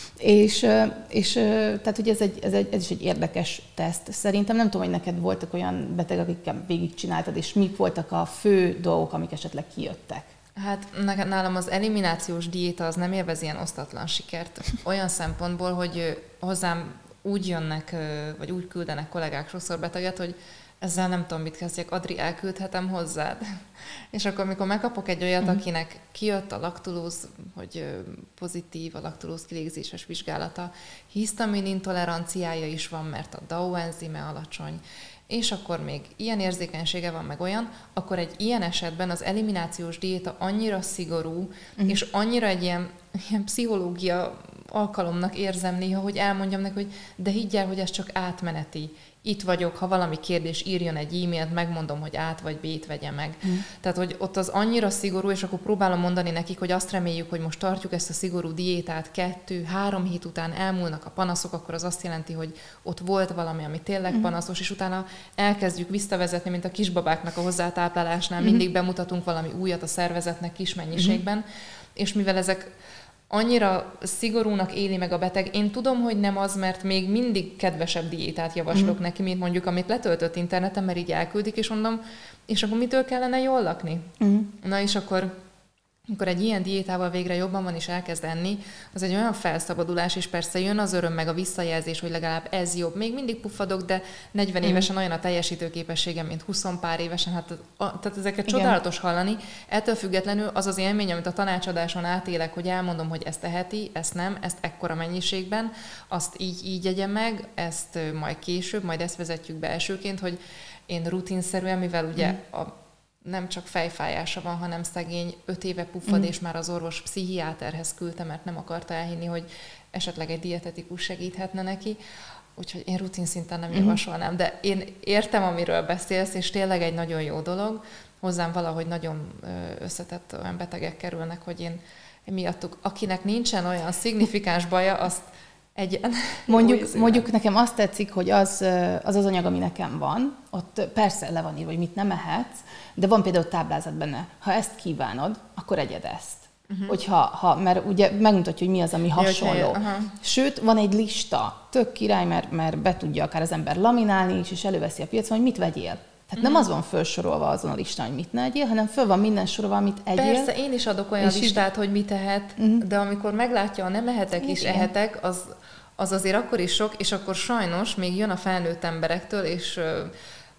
És, és tehát, hogy ez, egy, ez, egy, ez is egy érdekes teszt. Szerintem nem tudom, hogy neked voltak olyan beteg, akikkel végigcsináltad, és mik voltak a fő dolgok, amik esetleg kijöttek? Hát nálam az eliminációs diéta az nem élvez ilyen osztatlan sikert. Olyan szempontból, hogy hozzám úgy jönnek, vagy úgy küldenek kollégák sokszor beteget, hogy ezzel nem tudom, mit kezdjek, Adri, elküldhetem hozzád. És akkor, amikor megkapok egy olyat, uh-huh. akinek kijött a laktulóz, hogy pozitív a laktulóz kilégzéses vizsgálata, hisztamin intoleranciája is van, mert a dé á o enzime alacsony, és akkor még ilyen érzékenysége van, meg olyan, akkor egy ilyen esetben az eliminációs diéta annyira szigorú, uh-huh. és annyira egy ilyen, ilyen pszichológia alkalomnak érzem néha, hogy elmondjam neki, hogy de higgyel, hogy ez csak átmeneti. Itt vagyok, ha valami kérdés, írjon egy e-mailt, megmondom, hogy át vagy B-t vegye meg. Mm. Tehát, hogy ott az annyira szigorú, és akkor próbálom mondani nekik, hogy azt reméljük, hogy most tartjuk ezt a szigorú diétát, kettő, három hét után elmúlnak a panaszok, akkor az azt jelenti, hogy ott volt valami, ami tényleg mm. panaszos, és utána elkezdjük visszavezetni, mint a kisbabáknak a hozzátáplálásnál, mm. mindig bemutatunk valami újat a szervezetnek kis mennyiségben, mm. és mivel ezek annyira szigorúnak éli meg a beteg. Én tudom, hogy nem az, mert még mindig kedvesebb diétát javaslok mm. neki, mint mondjuk, amit letöltött interneten, mert így elküldik, és mondom, és akkor mitől kellene jól lakni? Mm. Na és akkor, amikor egy ilyen diétával végre jobban van, és elkezd enni, az egy olyan felszabadulás, és persze jön az öröm, meg a visszajelzés, hogy legalább ez jobb. Még mindig puffadok, de negyven mm. évesen olyan a teljesítőképességem, mint húsz pár évesen. Hát, a, tehát ezeket igen. Csodálatos hallani. Ettől függetlenül az az élmény, amit a tanácsadáson átélek, hogy elmondom, hogy ezt teheti, ezt nem, ezt ekkora mennyiségben, azt így, így egye meg, ezt majd később, majd ezt vezetjük be elsőként, hogy én rutinszerűen, mivel ugye mm. a nem csak fejfájása van, hanem szegény öt éve puffad, mm. és már az orvos pszichiáterhez küldte, mert nem akarta elhinni, hogy esetleg egy dietetikus segíthetne neki. Úgyhogy én rutin szinten nem mm. javasolnám, de én értem, amiről beszélsz, és tényleg egy nagyon jó dolog. Hozzám valahogy nagyon összetett olyan betegek kerülnek, hogy én miattuk, akinek nincsen olyan szignifikáns baja, azt egyen. Mondjuk, mondjuk nekem azt tetszik, hogy az, az az anyag, ami nekem van, ott persze le van írva, hogy mit nem ehetsz, de van például táblázat benne. Ha ezt kívánod, akkor egyed ezt. Uh-huh. Hogyha, ha, mert ugye megmutatja, hogy mi az, ami hasonló. Jaj, uh-huh. Sőt, van egy lista, tök király, mert, mert be tudja akár az ember laminálni is, és előveszi a piacon, hogy mit vegyél. Tehát uh-huh. nem az van felsorolva azon a listán, hogy mit ne egyél, hanem föl van minden sorolva, amit egyél. Persze, én is adok olyan listát, így... hogy mit ehet, uh-huh. de amikor meglátja, a nem ehetek és igen. ehetek, az, az azért akkor is sok, és akkor sajnos még jön a felnőtt emberektől, és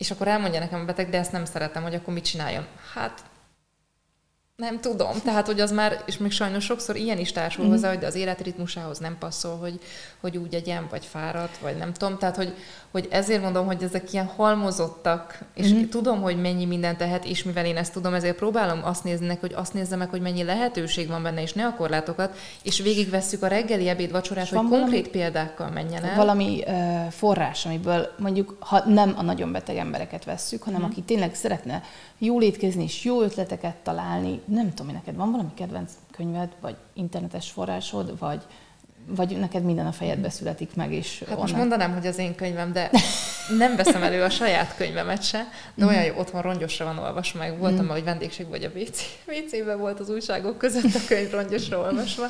És akkor elmondja nekem a beteg, de ezt nem szeretem, hogy akkor mit csináljon. Hát nem tudom. Tehát, hogy az már, és még sajnos sokszor ilyen is társul hozzá, hogy de az életritmusához nem passzol, hogy, hogy úgy egyen, vagy fáradt, vagy nem tudom. Tehát, hogy, hogy ezért mondom, hogy ezek ilyen halmozottak, és mm. tudom, hogy mennyi mindent tehet, és mivel én ezt tudom, ezért próbálom azt nézni neki, hogy azt nézze meg, hogy mennyi lehetőség van benne, és ne a korlátokat, és végigvesszük a reggeli ebéd vacsorát, hogy konkrét valami, példákkal menjen el. Valami uh, forrás, amiből mondjuk, ha nem a nagyon beteg embereket vesszük, hanem mm. aki tényleg szeretne jól étkezni és jó ötleteket találni. Nem tudom, hogy neked van valami kedvenc könyved, vagy internetes forrásod, vagy, vagy neked minden a fejedbe születik meg, és hát onnan... most mondanám, hogy az én könyvem, de nem veszem elő a saját könyvemet se, de olyan jó, otthon rongyosra van olvasva, meg voltam, hogy vendégség vagy a vé cében volt az újságok között a könyv rongyosra olvasva.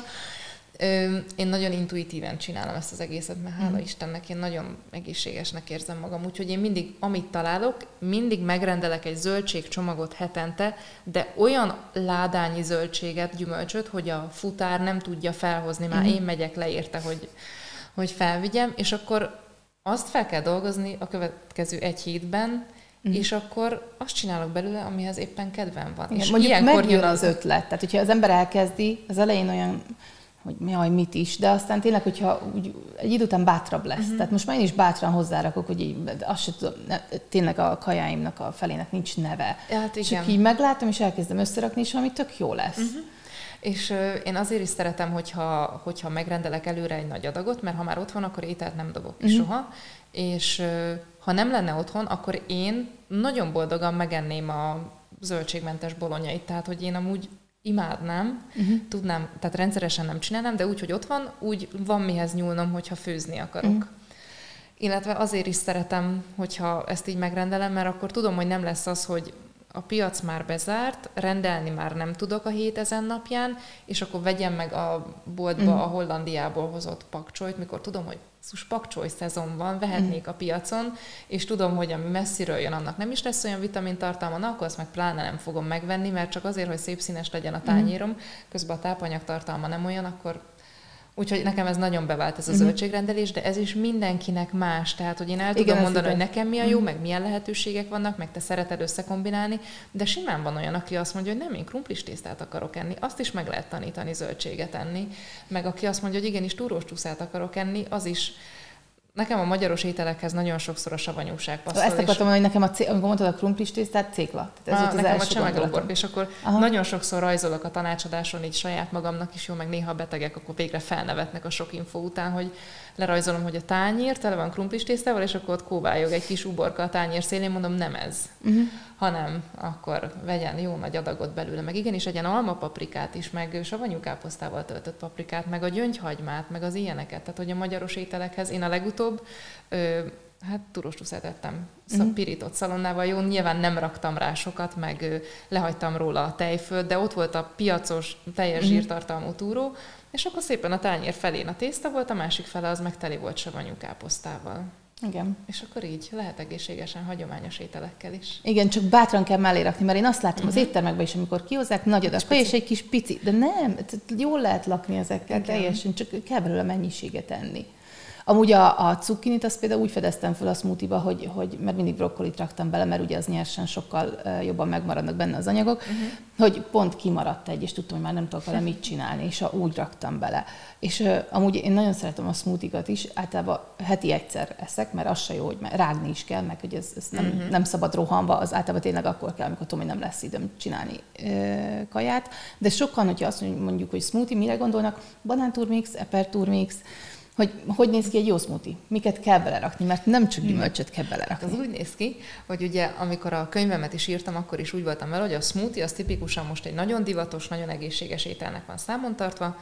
Én nagyon intuitíven csinálom ezt az egészet, mert hála Istennek én nagyon egészségesnek érzem magam, úgyhogy én mindig, amit találok, mindig megrendelek egy zöldségcsomagot hetente, de olyan ládányi zöldséget, gyümölcsöt, hogy a futár nem tudja felhozni, már én megyek le érte, hogy, hogy felvigyem, és akkor azt fel kell dolgozni a következő egy hétben, Mm. és akkor azt csinálok belőle, amihez éppen kedvem van. Igen, és mondjuk ilyenkor megjön jön az ötlet. Tehát, hogyha az ember elkezdi, az elején olyan, hogy jaj, mit is, de aztán tényleg, hogyha úgy, egy idő után bátrabb lesz. Uh-huh. Tehát most már én is bátran hozzárakok, hogy így, azt se tudom, ne, tényleg a kajáimnak a felének nincs neve. Hát igen. Csak így meglátom, és elkezdem összerakni, és valami tök jó lesz. Uh-huh. És uh, én azért is szeretem, hogyha, hogyha megrendelek előre egy nagy adagot, mert ha már ott van, akkor ételt nem dobok ki uh-huh. soha. És uh, ha nem lenne otthon, akkor én nagyon boldogan megenném a zöldségmentes bolonyait. Tehát, hogy én amúgy imádnám, uh-huh. tudnám, tehát rendszeresen nem csinálnám, de úgy, hogy ott van, úgy van mihez nyúlnom, hogyha főzni akarok. Uh-huh. Illetve azért is szeretem, hogyha ezt így megrendelem, mert akkor tudom, hogy nem lesz az, hogy a piac már bezárt, rendelni már nem tudok a hét ezen napján, és akkor vegyem meg a boltba uh-huh. a Hollandiából hozott pakcsolyt, mikor tudom, hogy szus pakcsoly szezon van, vehetnék uh-huh. a piacon, és tudom, hogy ami messziről jön, annak nem is lesz olyan vitamintartalma, na, akkor azt meg pláne nem fogom megvenni, mert csak azért, hogy szép színes legyen a tányérom, uh-huh. közben a tápanyagtartalma nem olyan, akkor úgyhogy nekem ez nagyon bevált ez a uh-huh. zöldségrendelés, de ez is mindenkinek más. Tehát, hogy én el tudom Igen, mondani, hogy nekem mi a jó, uh-huh. meg milyen lehetőségek vannak, meg te szereted összekombinálni, de simán van olyan, aki azt mondja, hogy nem, én krumplis tésztát akarok enni, azt is meg lehet tanítani zöldséget enni. Meg aki azt mondja, hogy igenis túrós csúszát akarok enni, az is. Nekem a magyaros ételekhez nagyon sokszor a savanyúság passzol. Ezt akartam mondani, hogy nekem, a cé- amikor mondtad a krumplis tésztát, cékla. Ez ah, nekem a csemegloborb, és akkor Aha. nagyon sokszor rajzolok a tanácsadáson így saját magamnak is, jó, meg néha a betegek, akkor végre felnevetnek a sok infó után, hogy lerajzolom, hogy a tányér tele van krumplis tésztával, és akkor ott kóvályog egy kis uborka a tányér szélén, mondom, nem ez. Uh-huh. Hanem akkor vegyen jó nagy adagot belőle, meg igenis egyen almapaprikát is, meg savanyú káposztával töltött paprikát, meg a gyöngyhagymát, meg az ilyeneket. Tehát, hogy a magyaros ételekhez én a legutóbb, ö, hát turós csúszát ettem, uh-huh. pirított szalonnával, jó, nyilván nem raktam rá sokat, meg ö, lehagytam róla a tejfölt, de ott volt a piacos, teljes uh-huh. zsírtartalmú túró, és akkor szépen a tányér felén a tészta volt, a másik fele az meg teli volt savanyú káposztával. Igen. És akkor így lehet egészségesen, hagyományos ételekkel is. Igen, csak bátran kell mellé rakni, mert én azt látom uh-huh. az éttermekben is, amikor kihozzák nagy adag és egy kis pici, de nem, jól lehet lakni ezekkel, Igen. teljesen, csak kell belőle mennyiséget enni. Amúgy a, a cukkinit azt például úgy fedeztem fel a smoothie-ba, hogy, hogy mert mindig brokkolit raktam bele, mert ugye az nyersen sokkal jobban megmaradnak benne az anyagok, uh-huh. hogy pont kimaradt egy, és tudtam, hogy már nem tudok vele mit csinálni, és úgy raktam bele. És uh, amúgy én nagyon szeretem a smoothie-kat is, általában heti egyszer eszek, mert az se jó, hogy rágni is kell, meg hogy ez, ez nem, uh-huh. nem szabad rohanva, az általában tényleg akkor kell, amikor tudom, hogy nem lesz időm csinálni uh, kaját. De sokan, hogyha azt mondjuk, hogy smoothie, mire gondolnak? Banánturmix, eperturmix, hogy hogy néz ki egy jó smoothie, miket kell belerakni, mert nem csak gyümölcsöt kell belerakni. Az úgy néz ki, hogy ugye amikor a könyvemet is írtam, akkor is úgy voltam vele, hogy a smoothie az tipikusan most egy nagyon divatos, nagyon egészséges ételnek van számon tartva,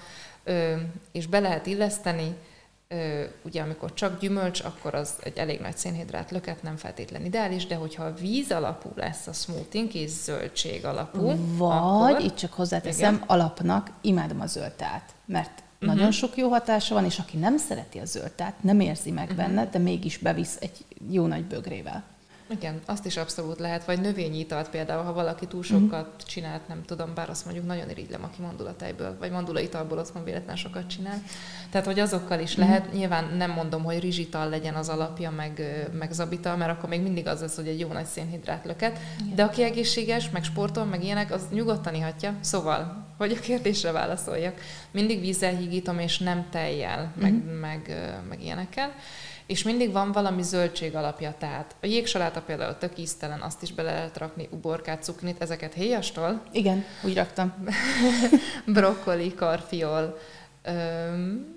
és be lehet illeszteni, ugye amikor csak gyümölcs, akkor az egy elég nagy szénhidrát löket, nem feltétlen ideális, de hogyha víz alapú lesz a smoothie-nk és zöldség alapú, vagy, akkor, itt csak hozzáteszem, igen. alapnak imádom a zöld teát, mert Uh-huh. nagyon sok jó hatása van, és aki nem szereti a zöld teát, nem érzi meg uh-huh. benne, de mégis bevisz egy jó nagy bögrével. Igen, azt is abszolút lehet, vagy növényi italt például, ha valaki túl sokat uh-huh. csinált, nem tudom, bár azt mondjuk nagyon irigylem, aki mandulatejből, vagy mandulaitalból otthon véletlen sokat csinál. Tehát, hogy azokkal is uh-huh. lehet, nyilván nem mondom, hogy rizsital legyen az alapja, meg, meg zabital, mert akkor még mindig az lesz, hogy egy jó nagy szénhidrát löket, igen. De aki egészséges, meg sportol, meg ilyenek, az nyugodtan ihatja. Szóval, hogy a kérdésre válaszoljak, mindig vízzel hígítom, és nem tejjel, meg, uh-huh. meg, meg ilyenekkel. És mindig van valami zöldség alapja, tehát a jégsaláta például tök íztelen, azt is bele lehet rakni, uborkát, cukrinit, ezeket héjastól. Igen, úgy raktam. Brokkoli, karfiol, öm,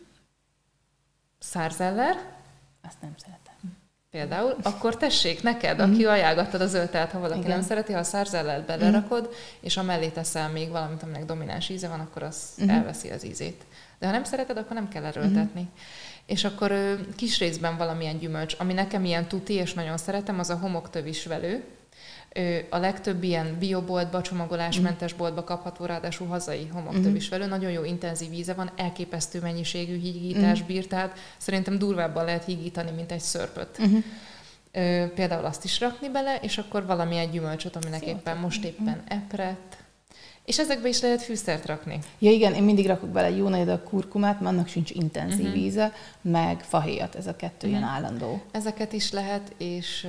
szárzeller. Azt nem szeretem. Például, akkor tessék neked, aki mm. ajánlgattad a zöldet, ha valaki igen. nem szereti, ha a szárzellert belerakod, mm. és amellé teszel még valamit, aminek domináns íze van, akkor az mm. elveszi az ízét. De ha nem szereted, akkor nem kell erőltetni. Mm. És akkor ö, kis részben valamilyen gyümölcs, ami nekem ilyen tuti, és nagyon szeretem, az a homoktövisvelő. Ö, a legtöbb ilyen bioboltba, csomagolásmentes boltba kapható, ráadásul hazai homoktövisvelő. Mm. Nagyon jó intenzív íze van, elképesztő mennyiségű hígítás mm. bír, tehát szerintem durvábban lehet hígítani, mint egy szörpöt. Mm. Ö, például azt is rakni bele, és akkor valamilyen gyümölcsöt, aminek Szépen. éppen most éppen epret. És ezekbe is lehet fűszert rakni. Ja igen, én mindig rakok bele jó nagy adag kurkumát, mert annak sincs intenzív uh-huh. íze, meg fahéjat, ez a kettő uh-huh. ilyen állandó. Ezeket is lehet, és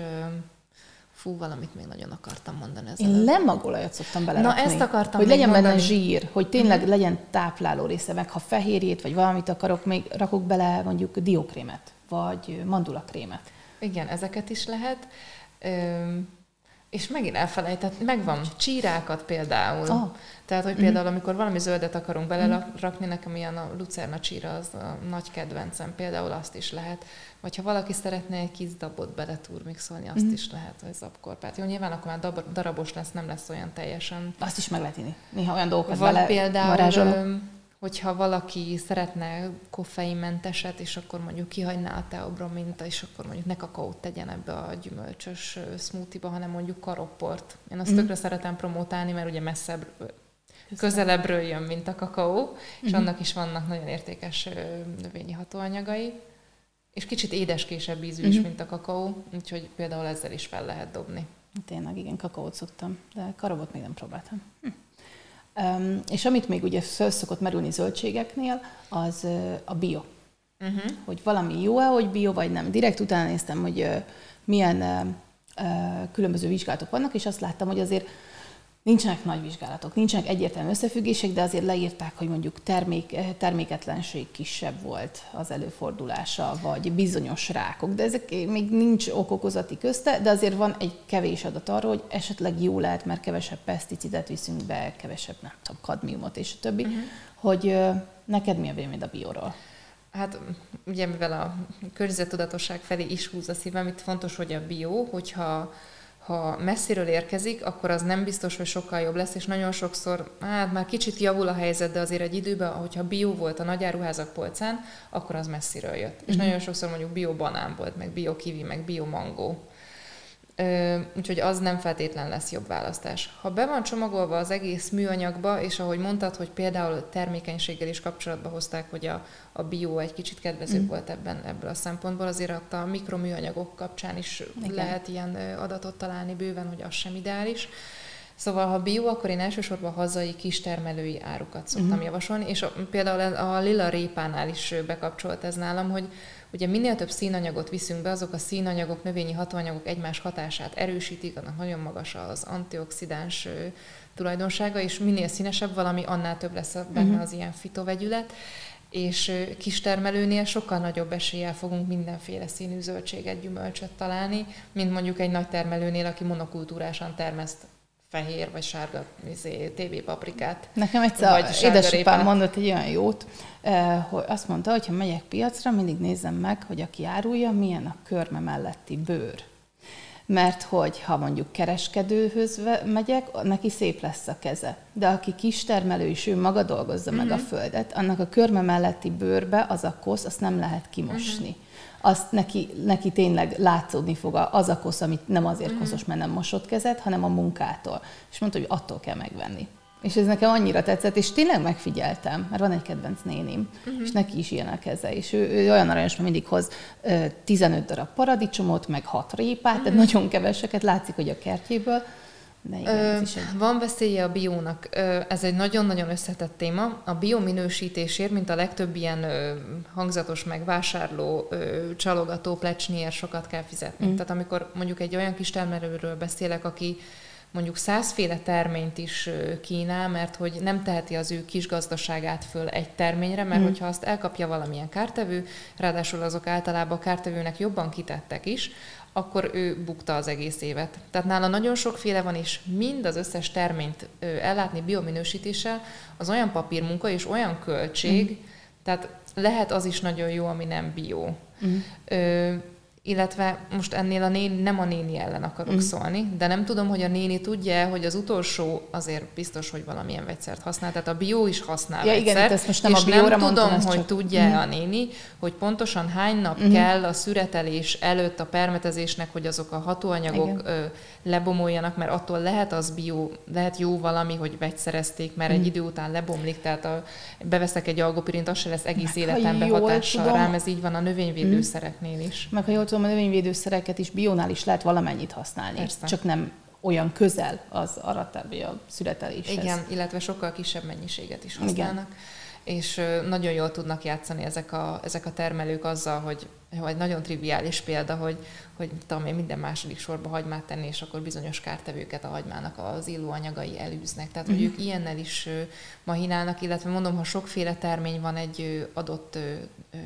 fú, valamit még nagyon akartam mondani. Én előtt. lemagolajat szoktam belerakni. Na ezt akartam hogy legyen mondani. benne zsír, hogy tényleg uh-huh. legyen tápláló része, meg ha fehérjét, vagy valamit akarok, még rakok bele mondjuk diókrémet, vagy mandulakrémet. Igen, ezeket is lehet. Üm, És megint elfelejtett, megvan csírákat például. Oh. Tehát, hogy például, mm-hmm. amikor valami zöldet akarunk belerakni, nekem ilyen a lucerna csíra, az a nagy kedvencem, például azt is lehet. Vagy ha valaki szeretne egy kis dabot beletúrmixolni, azt mm-hmm. is lehet, hogy zabkorpát. Jó, nyilván akkor már darabos lesz, nem lesz olyan teljesen. Azt is meg lehet inni. Néha olyan dolgokat vagy bele például, hogyha valaki szeretne koffeinmenteset, és akkor mondjuk kihagyná a teobromint, és akkor mondjuk ne kakaót tegyen ebbe a gyümölcsös smoothie-ba, hanem mondjuk karopport. Én azt mm. tökre szeretem promotálni, mert ugye messzebb, közelebbről jön, mint a kakaó, és mm. annak is vannak nagyon értékes növényi hatóanyagai, és kicsit édeskésebb ízű mm. is, mint a kakaó, úgyhogy például ezzel is fel lehet dobni. Tényleg, igen, kakaót szoktam, de karobot még nem próbáltam. Hm. Um, és amit még ugye föl szokott merülni zöldségeknél, az uh, a bio. Uh-huh. Hogy valami jó-e, hogy bio, vagy nem. Direkt utána néztem, hogy uh, milyen uh, uh, különböző vizsgálatok vannak, és azt láttam, hogy azért nincsenek nagy vizsgálatok, nincsenek egyértelmű összefüggések, de azért leírták, hogy mondjuk termék, terméketlenség kisebb volt az előfordulása, vagy bizonyos rákok, de ezek még nincs okokozati közte, de azért van egy kevés adat arról, hogy esetleg jó lehet, mert kevesebb peszticidet viszünk be, kevesebb, nem tudom, kadmiumot és a többi, uh-huh. hogy uh, neked mi a vélemény a bióról? Hát ugye mivel a környezettudatosság felé is húz a szívem, itt fontos, hogy a bio, hogyha ha messziről érkezik, akkor az nem biztos, hogy sokkal jobb lesz, és nagyon sokszor, hát már kicsit javul a helyzet, de azért egy időben, hogyha bio volt a nagyáruházak polcán, akkor az messziről jött. Mm-hmm. És nagyon sokszor mondjuk bio banán volt, meg bio kiwi, meg bio mangó. Úgyhogy az nem feltétlen lesz jobb választás. Ha be van csomagolva az egész műanyagba, és ahogy mondtad, hogy például termékenységgel is kapcsolatba hozták, hogy a, a bio egy kicsit kedvezőbb mm. volt ebben, ebből a szempontból, azért ott a mikroműanyagok kapcsán is igen. lehet ilyen adatot találni bőven, hogy az sem ideális. Szóval, ha bio, akkor én elsősorban hazai kistermelői árukat szoktam uh-huh. javasolni, és a, például a lila répánál is bekapcsolt ez nálam, hogy ugye minél több színanyagot viszünk be, azok a színanyagok, növényi hatóanyagok egymás hatását erősítik, annak nagyon magas az antioxidáns tulajdonsága, és minél színesebb valami, annál több lesz benne uh-huh. az ilyen fitovegyület, és kistermelőnél sokkal nagyobb eséllyel fogunk mindenféle színű zöldséget, gyümölcsöt találni, mint mondjuk egy nagy termelőnél, aki monokultúrásan termeszt fehér vagy sárga té vé paprikát. Nekem egyszer édesapám mondott egy olyan jót, hogy azt mondta, hogy ha megyek piacra, mindig nézzem meg, hogy aki árulja, milyen a körme melletti bőr. Mert hogy ha mondjuk kereskedőhöz megyek, neki szép lesz a keze. De aki kistermelő, és ő maga dolgozza uh-huh. meg a földet, annak a körme melletti bőrbe az a kosz, azt nem lehet kimosni. Uh-huh. Azt neki, neki tényleg látszódni fog az a kosz, amit nem azért koszos, mert nem mosott kezed, hanem a munkától. És mondta, hogy attól kell megvenni. És ez nekem annyira tetszett, és tényleg megfigyeltem, mert van egy kedvenc nénim, uh-huh. és neki is ilyen a keze, és ő, ő olyan aranyos, mert mindig hoz tizenöt darab paradicsomot, meg hat répát, uh-huh. tehát nagyon keveseket, látszik, hogy a kertjéből. De igen, Ö, ez is egy... Van veszélye a biónak. Ö, ez egy nagyon-nagyon összetett téma. A biominősítésért, mint a legtöbb ilyen ö, hangzatos, meg vásárló, ö, csalogató, plecsniért sokat kell fizetni. Mm. Tehát amikor mondjuk egy olyan kis termelőről beszélek, aki mondjuk százféle terményt is kínál, mert hogy nem teheti az ő kis gazdaságát föl egy terményre, mert mm. hogyha azt elkapja valamilyen kártevő, ráadásul azok általában a kártevőnek jobban kitettek is, akkor ő bukta az egész évet. Tehát nála nagyon sokféle van, és mind az összes terményt ö, ellátni biominősítéssel, az olyan papírmunka és olyan költség, mm. tehát lehet az is nagyon jó, ami nem bio. Mm. Ö, illetve most ennél a néni, nem a néni ellen akarok mm. szólni, de nem tudom, hogy a néni tudja, hogy az utolsó azért biztos, hogy valamilyen vegyszert használ, tehát a bio is használ ja, vegyszert, igen, ezt most nem és a bióra nem mondtam, tudom, hogy csak... tudja mm. a néni, hogy pontosan hány nap mm. kell a szüretelés előtt a permetezésnek, hogy azok a hatóanyagok ö, lebomoljanak, mert attól lehet az bio, lehet jó valami, hogy vegyszerezték, mert mm. egy idő után lebomlik, tehát a, beveszek egy algopirint, az se lesz egész meg életemben hatással tudom, rám, ez így van a növényvédőszereknél is. Meg ha jól tudom, a növényvédőszereket is biónál is lehet valamennyit használni, persze. Csak nem olyan közel az aratábbi a szüreteléshez. Igen, illetve sokkal kisebb mennyiséget is használnak. Igen. És nagyon jól tudnak játszani ezek a, ezek a termelők azzal, hogy egy nagyon triviális példa, hogy, hogy tudom én minden második sorba hagymát tenni, és akkor bizonyos kártevőket a hagymának az illóanyagai elűznek. Tehát, hogy mm. ők ilyennel is mahinálnak, illetve mondom, ha sokféle termény van egy adott ö,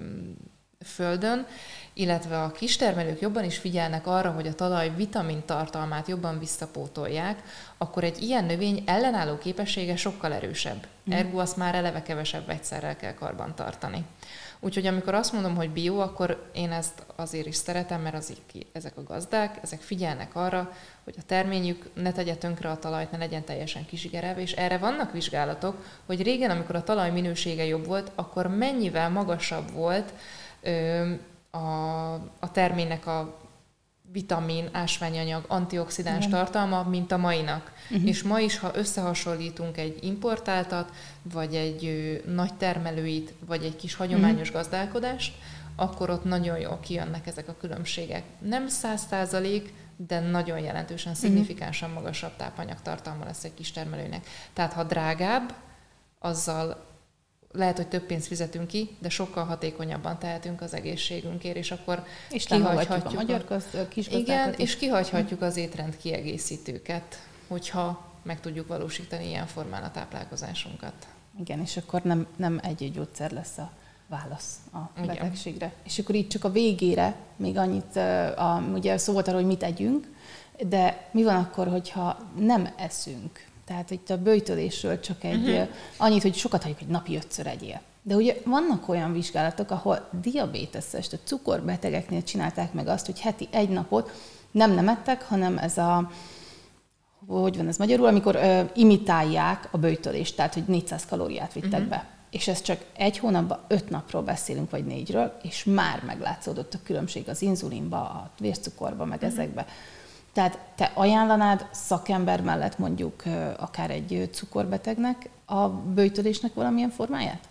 földön, illetve a kistermelők jobban is figyelnek arra, hogy a talaj vitamintartalmát jobban visszapótolják, akkor egy ilyen növény ellenálló képessége sokkal erősebb. Mm. Ergo azt már eleve kevesebb vegyszerrel kell karban tartani. Úgyhogy amikor azt mondom, hogy bio, akkor én ezt azért is szeretem, mert az így, ezek a gazdák, ezek figyelnek arra, hogy a terményük ne tegye tönkre a talajt, ne legyen teljesen kizsigerelve, és erre vannak vizsgálatok, hogy régen, amikor a talaj minősége jobb volt, akkor mennyivel magasabb volt ö, a, a terménynek a vitamin, ásványanyag, antioxidáns igen. tartalma, mint a mainak. Uh-huh. És ma is, ha összehasonlítunk egy importáltat, vagy egy ö, nagy termelőit, vagy egy kis hagyományos uh-huh. gazdálkodást, akkor ott nagyon jól kijönnek ezek a különbségek. Nem száz százalék, de nagyon jelentősen, szignifikánsan magasabb tápanyagtartalma lesz egy kis termelőnek. Tehát ha drágább, azzal lehet, hogy több pénzt fizetünk ki, de sokkal hatékonyabban tehetünk az egészségünkért, és akkor és kihagyhatjuk a magyar gazd, kis igen, is. És kihagyhatjuk az étrend kiegészítőket, hogyha meg tudjuk valósítani ilyen formán a táplálkozásunkat. Igen, és akkor nem, nem egy-egy gyógyszer lesz a válasz a igen. betegségre. És akkor így csak a végére még annyit, a, ugye szó volt arról, hogy mit együnk, de mi van akkor, hogyha nem eszünk? Tehát itt a böjtölésről csak egy, uh-huh. annyit, hogy sokat halljuk, hogy napi ötször egyél. De ugye vannak olyan vizsgálatok, ahol diabéteses, tehát cukorbetegeknél csinálták meg azt, hogy heti egy napot nem nem ettek, hanem ez a, hogy van ez magyarul, amikor ö, imitálják a böjtölést, tehát hogy négyszáz kalóriát vittek uh-huh. be. És ez csak egy hónapban öt napról beszélünk, vagy négyről, és már meglátszódott a különbség az inzulinba, a vércukorba, meg uh-huh. ezekbe. Tehát te ajánlanád szakember mellett mondjuk akár egy cukorbetegnek a böjtölésnek valamilyen formáját?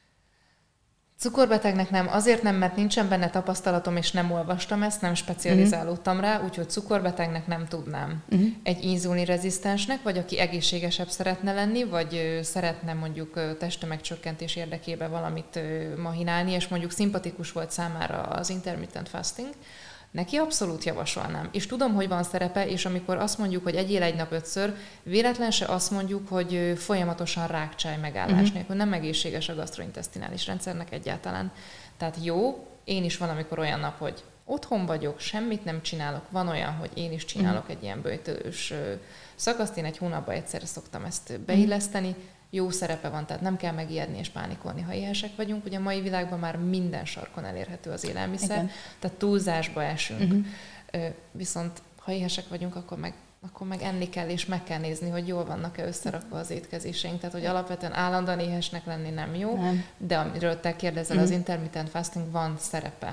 Cukorbetegnek nem, azért nem, mert nincsen benne tapasztalatom, és nem olvastam ezt, nem specializálódtam uh-huh. rá, úgyhogy cukorbetegnek nem tudnám. Uh-huh. Egy inzulinrezisztensnek, vagy aki egészségesebb szeretne lenni, vagy szeretne mondjuk testtömegcsökkentés érdekében valamit mahinálni, és mondjuk szimpatikus volt számára az intermittent fasting, neki abszolút javasolnám. És tudom, hogy van szerepe, és amikor azt mondjuk, hogy egyél egy nap ötször, véletlen se azt mondjuk, hogy folyamatosan rákcsáj megállás uh-huh. nélkül. Nem egészséges a gasztrointesztinális rendszernek egyáltalán. Tehát jó, én is van, amikor olyan nap, hogy otthon vagyok, semmit nem csinálok. Van olyan, hogy én is csinálok uh-huh. egy ilyen böjtölős szakaszt. Én egy hónapban egyszerre szoktam ezt beilleszteni. Jó szerepe van, tehát nem kell megijedni és pánikolni, ha éhesek vagyunk. Ugye a mai világban már minden sarkon elérhető az élelmiszer, igen. tehát túlzásba esünk. Uh-huh. Viszont ha éhesek vagyunk, akkor meg, akkor meg enni kell, és meg kell nézni, hogy jól vannak-e összerakva az étkezéseink. Tehát, hogy alapvetően állandóan éhesnek lenni nem jó, nem. De amiről te kérdezel, uh-huh. az intermittent fasting van szerepe.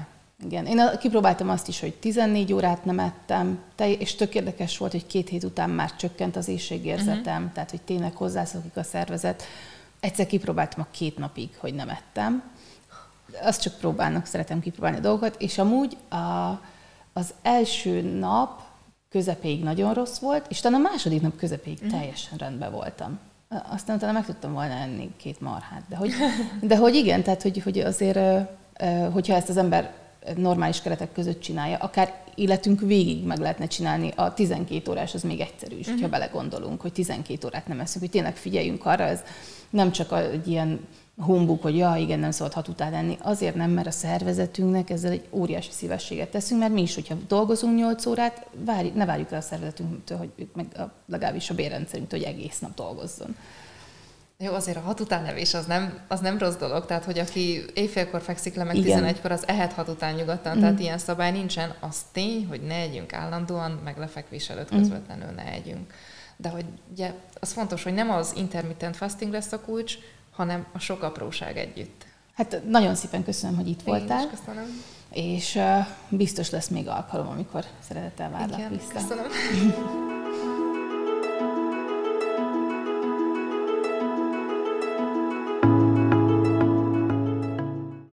Igen. Én kipróbáltam azt is, hogy tizennégy órát nem ettem, és tök érdekes volt, hogy két hét után már csökkent az éhségérzetem, uh-huh. tehát hogy tényleg hozzászokik a szervezet. Egyszer kipróbáltam a két napig, hogy nem ettem. Azt csak próbálnak, szeretem kipróbálni a dolgokat, és amúgy a, az első nap közepéig nagyon rossz volt, és talán a második nap közepéig uh-huh. teljesen rendben voltam. Aztán utána meg tudtam volna enni két marhát, de hogy, de hogy igen, tehát hogy, hogy azért, hogyha ezt az ember normális keretek között csinálja, akár életünk végig meg lehetne csinálni, a tizenkét órás az még egyszerű is, uh-huh. hogyha belegondolunk, hogy tizenkét órát nem eszünk, hogy tényleg figyeljünk arra, ez nem csak egy ilyen humbug, hogy ja, igen, nem szabad hat után enni. Azért nem, mert a szervezetünknek ezzel egy óriási szívességet teszünk, mert mi is, hogyha dolgozunk nyolc órát, várj, ne várjuk el a szervezetünktől, hogy ők meg a, legalábbis a bérrendszerünktől, hogy egész nap dolgozzon. Jó, azért a hat után evés az nem, az nem rossz dolog, tehát hogy aki éjfélkor fekszik le, meg igen. tizenegykor, az ehet hat után nyugodtan, mm. tehát ilyen szabály nincsen. Az tény, hogy ne együnk állandóan, meg lefekvés előtt közvetlenül ne együnk. De hogy ugye az fontos, hogy nem az intermittent fasting lesz a kulcs, hanem a sok apróság együtt. Hát nagyon szépen köszönöm, hogy itt Én voltál. Is köszönöm. És uh, biztos lesz még alkalom, amikor szeretettel várlak igen, vissza. Köszönöm.